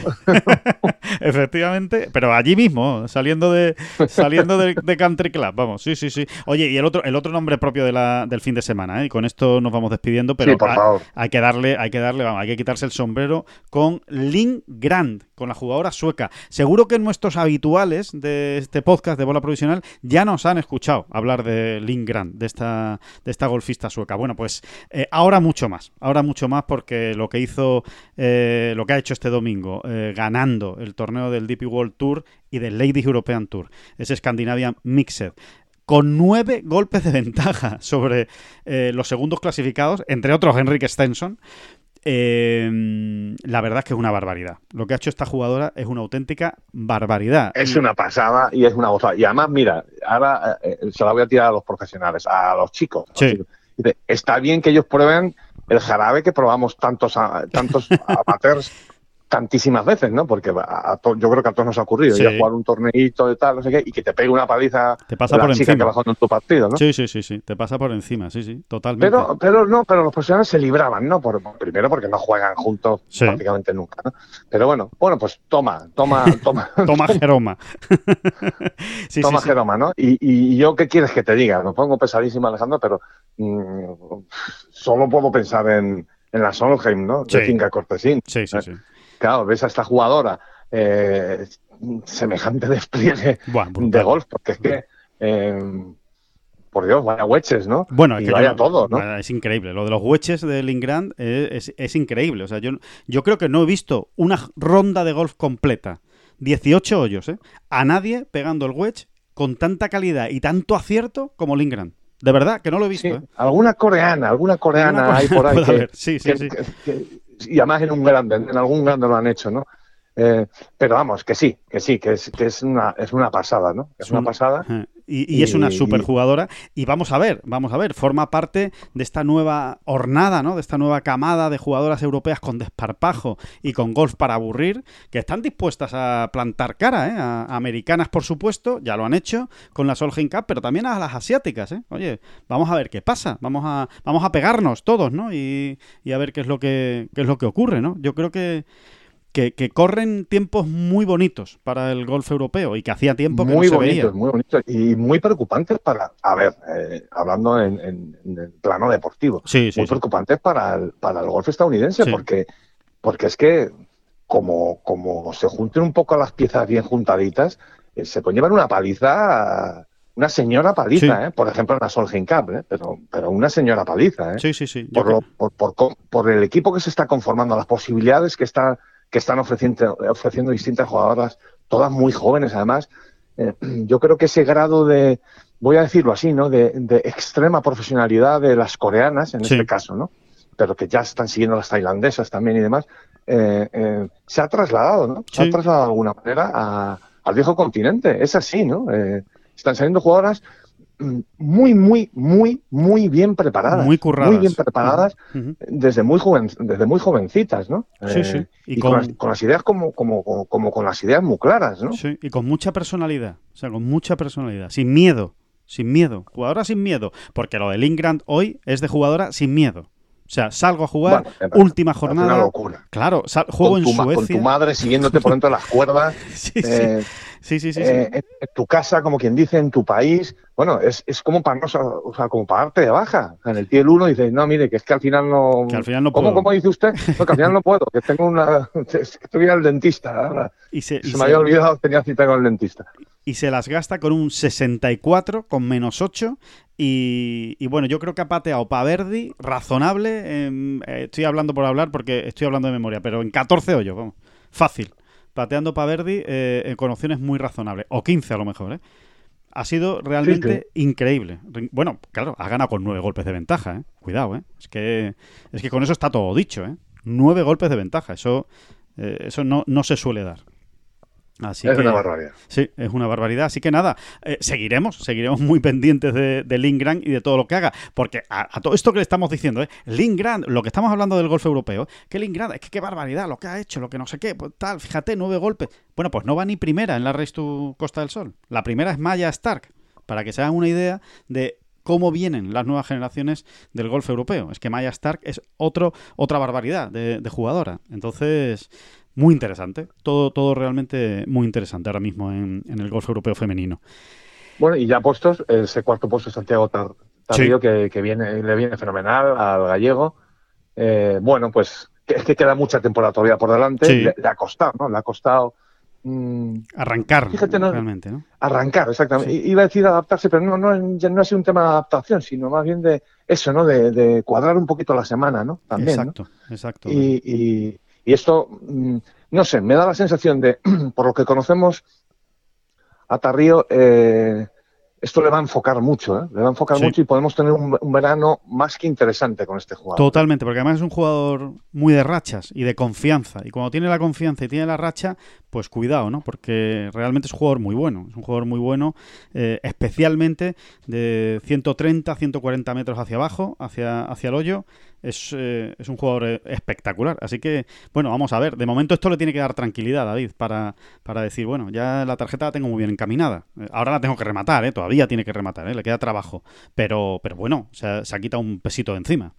Efectivamente, pero allí mismo, saliendo de saliendo de, de Country Club, vamos, sí, sí, sí. Oye, y el otro el otro nombre propio de la, del fin de semana, ¿eh? Y con esto nos vamos despidiendo, pero sí, por hay, favor. hay que darle, hay que darle, vamos, hay que quitarse el sombrero con Linn Grant, con la jugadora sueca. Seguro que nuestros habituales de este podcast de Bola Provisional ya nos han escuchado hablar de Linn Grant, de esta de esta golfista sueca. Bueno, pues eh, ahora mucho más, ahora mucho más porque lo que hizo, eh, lo que ha hecho este domingo, eh, ganando el torneo del D P World Tour y del Ladies European Tour, ese Scandinavian Mixed, con nueve golpes de ventaja sobre eh, los segundos clasificados, entre otros Henrik Stenson. Eh, la verdad es que es una barbaridad. Lo que ha hecho esta jugadora es una auténtica barbaridad. Es una pasada y es una gozada. Y además, mira, ahora eh, se la voy a tirar a los profesionales, a los chicos. A sí. los chicos. Dice, está bien que ellos prueben el jarabe que probamos tantos, a, tantos amateurs tantísimas veces, ¿no? Porque a, a to, yo creo que a todos nos ha ocurrido sí. ir a jugar un torneito de tal, no sé qué, y que te pegue una paliza te pasa la por chica encima. que bajó en tu partido, ¿no? Sí, sí, sí, sí, te pasa por encima, sí, sí, totalmente. Pero, pero no, pero los profesionales se libraban, ¿no? Por, primero porque no juegan juntos sí. prácticamente nunca, ¿no? Pero bueno, bueno, pues toma, toma, toma. toma Jeroma. sí, toma sí, Jeroma, sí. ¿no? Y, y yo, ¿qué quieres que te diga? Me pongo pesadísimo, Alejandro, pero mmm, solo puedo pensar en, en la Solheim, ¿no? De sí. Finca Cortesín. Sí, sí, sí. claro, ves a esta jugadora eh, semejante despliegue bueno, de golf, porque es que, eh, por Dios, vaya wedges, ¿no? Bueno, es y que vaya yo, todo, ¿no? Es increíble. Lo de los wedges de Lindgren es, es, es increíble. O sea, yo, yo creo que no he visto una ronda de golf completa, dieciocho hoyos, ¿eh? A nadie pegando el wedge con tanta calidad y tanto acierto como Lindgren. De verdad, que no lo he visto. Sí, ¿eh? Alguna coreana, alguna coreana Alguna hay por ahí. que, sí, sí, que, sí. Que, que, y además en un grande, en algún grande lo han hecho, ¿no? Eh, pero vamos, que sí, que sí, que es, que es, una, es una pasada, ¿no? Es una pasada. Y, y, y es una superjugadora. Y vamos a ver, vamos a ver, forma parte de esta nueva hornada, ¿no? De esta nueva camada de jugadoras europeas con desparpajo y con golf para aburrir, que están dispuestas a plantar cara, ¿eh? A, a americanas, por supuesto, ya lo han hecho con la Solheim Cup, pero también a las asiáticas, ¿eh? Oye, vamos a ver qué pasa, vamos a, vamos a pegarnos todos, ¿no? Y, y a ver qué es lo que, qué es lo que ocurre, ¿no? Yo creo que Que, que corren tiempos muy bonitos para el golf europeo y que hacía tiempo que muy no se bonitos, veía. Muy bonitos y muy preocupantes para, a ver, eh, hablando en, en, en el plano deportivo, sí, sí, muy sí. preocupantes para el, para el golf estadounidense, sí. porque, porque es que como, como se junten un poco las piezas bien juntaditas, eh, se puede llevar una paliza, una señora paliza, sí. ¿eh? Por ejemplo en la Solheim Cup, ¿eh? pero, pero una señora paliza. ¿eh? Sí, sí, sí. Por, lo, por, por, por el equipo que se está conformando, las posibilidades que está que están ofreciendo, ofreciendo distintas jugadoras, todas muy jóvenes además. Eh, yo creo que ese grado de, voy a decirlo así, ¿no? de, de extrema profesionalidad de las coreanas, en sí. este caso, ¿no? pero que ya están siguiendo las tailandesas también y demás, eh, eh, se ha trasladado, ¿no? Se sí. ha trasladado de alguna manera a, al viejo continente. Es así, ¿no? Eh, están saliendo jugadoras muy, muy, muy, muy bien preparadas. Muy curradas. Muy bien preparadas uh-huh. desde muy joven, desde muy jovencitas, ¿no? Sí, eh, sí. Y, y con, con, las, con las ideas como, como, como, como con las ideas muy claras, ¿no? Sí, y con mucha personalidad. O sea, con mucha personalidad. Sin miedo. Sin miedo. Jugadora sin miedo. Porque lo de Lindgren hoy es de jugadora sin miedo. O sea, salgo a jugar, bueno, última jornada. Una locura. Claro, sal, juego con tu, en Suecia. Con tu madre siguiéndote por dentro de las cuerdas. sí, eh, sí. Sí, sí, sí, eh, sí. En, en tu casa, como quien dice, en tu país. Bueno, es, es como para no, o sea, como para darte de baja. En el Tier uno dices, no, mire, que es que al final no. Que al final no ¿Cómo, puedo. ¿Cómo dice usted? No, que al final no puedo, que tengo una. Estoy al dentista. Ahora. Y se, se y me se... había olvidado, tenía cita con el dentista. Y se las gasta con un sesenta y cuatro, con menos ocho. Y, y bueno, yo creo que ha pateado Paverdi, razonable. Eh, estoy hablando por hablar porque estoy hablando de memoria, pero en catorce hoyos, vamos. Fácil. Pateando Paverdi eh, con opciones muy razonables. O quince a lo mejor, ¿eh? Ha sido realmente sí, sí. increíble. Bueno, claro, ha ganado con nueve golpes de ventaja, ¿eh? Cuidado, ¿eh? Es que, es que con eso está todo dicho, ¿eh? Nueve golpes de ventaja. Eso, eh, eso no, no se suele dar. Así es que, una barbaridad. Sí, es una barbaridad. Así que nada, eh, seguiremos, seguiremos muy pendientes de, de Lindgren y de todo lo que haga. Porque a, a todo esto que le estamos diciendo, ¿eh? Lindgren, lo que estamos hablando del golf europeo, que Lindgren, es que qué barbaridad lo que ha hecho, lo que no sé qué, pues tal, fíjate, nueve golpes. Bueno, pues no va ni primera en la Race to Costa del Sol. La primera es Maya Stark, para que se hagan una idea de cómo vienen las nuevas generaciones del golf europeo. Es que Maya Stark es otro, otra barbaridad de, de jugadora. Entonces, muy interesante. Todo, todo realmente muy interesante ahora mismo en, en el golf europeo femenino. Bueno, y ya puestos, ese cuarto puesto de Santiago Tar, Tarrío, sí. que, que viene, le viene fenomenal al gallego. Eh, bueno, pues es que queda mucha temporada todavía por delante. Sí. Le, le ha costado, ¿no? Le ha costado... Mmm, arrancar, fíjate, no, realmente, ¿no? Arrancar, exactamente. Sí. Iba a decir adaptarse, pero no, no, ya no ha sido un tema de adaptación, sino más bien de eso, ¿no? De, de cuadrar un poquito la semana, ¿no? También, exacto, ¿no? exacto. Y, y, y esto, mmm, no sé, me da la sensación de, por lo que conocemos a Tarrío, eh, esto le va a enfocar mucho, ¿eh? Le va a enfocar sí. mucho y podemos tener un, un verano más que interesante con este jugador. Totalmente, porque además es un jugador muy de rachas y de confianza. Y cuando tiene la confianza y tiene la racha, pues cuidado, ¿no? Porque realmente es un jugador muy bueno. Es un jugador muy bueno, eh, especialmente de ciento treinta, ciento cuarenta metros hacia abajo, hacia, hacia el hoyo. Es, eh, es un jugador espectacular. Así que, bueno, vamos a ver. De momento esto le tiene que dar tranquilidad, David, para, para decir, bueno, ya la tarjeta la tengo muy bien encaminada. Ahora la tengo que rematar, ¿eh? Todavía tiene que rematar, ¿eh? Le queda trabajo. Pero, pero bueno, o sea, se ha quitado un pesito de encima.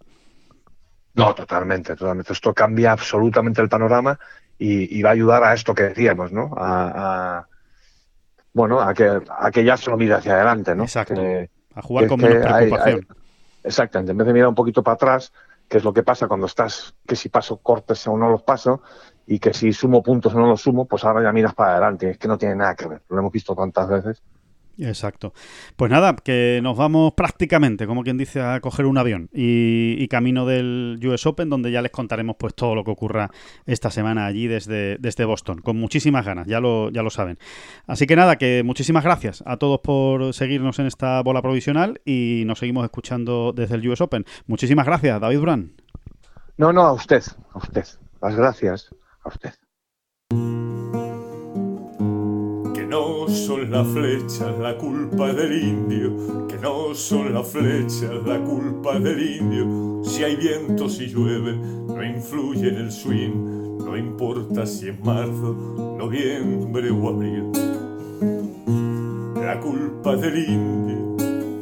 No, totalmente, totalmente. Esto cambia absolutamente el panorama y, y va a ayudar a esto que decíamos, ¿no? A, a bueno, a que, a que ya se lo mire hacia adelante, ¿no? Exacto. Que, a jugar con menos preocupación. Hay, hay, exactamente. En vez de mirar un poquito para atrás, qué es lo que pasa cuando estás, que si paso cortes o no los paso, y que si sumo puntos o no los sumo, pues ahora ya miras para adelante. Es que no tiene nada que ver, lo hemos visto tantas veces. Exacto. Pues nada, que nos vamos prácticamente, como quien dice, a coger un avión y, y camino del U S Open, donde ya les contaremos pues todo lo que ocurra esta semana allí desde, desde Boston, con muchísimas ganas, ya lo, ya lo saben. Así que nada, que muchísimas gracias a todos por seguirnos en esta bola provisional y nos seguimos escuchando desde el U S Open. Muchísimas gracias, David Durán. No, no, a usted, a usted. Las gracias a usted. No son las flechas la culpa del indio, que no son las flechas la culpa del indio. Si hay viento, si llueve, no influye en el swing, no importa si es marzo, noviembre o abril. La culpa del indio,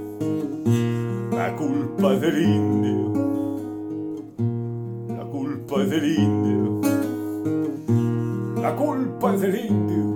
la culpa del indio, la culpa del indio, la culpa del indio.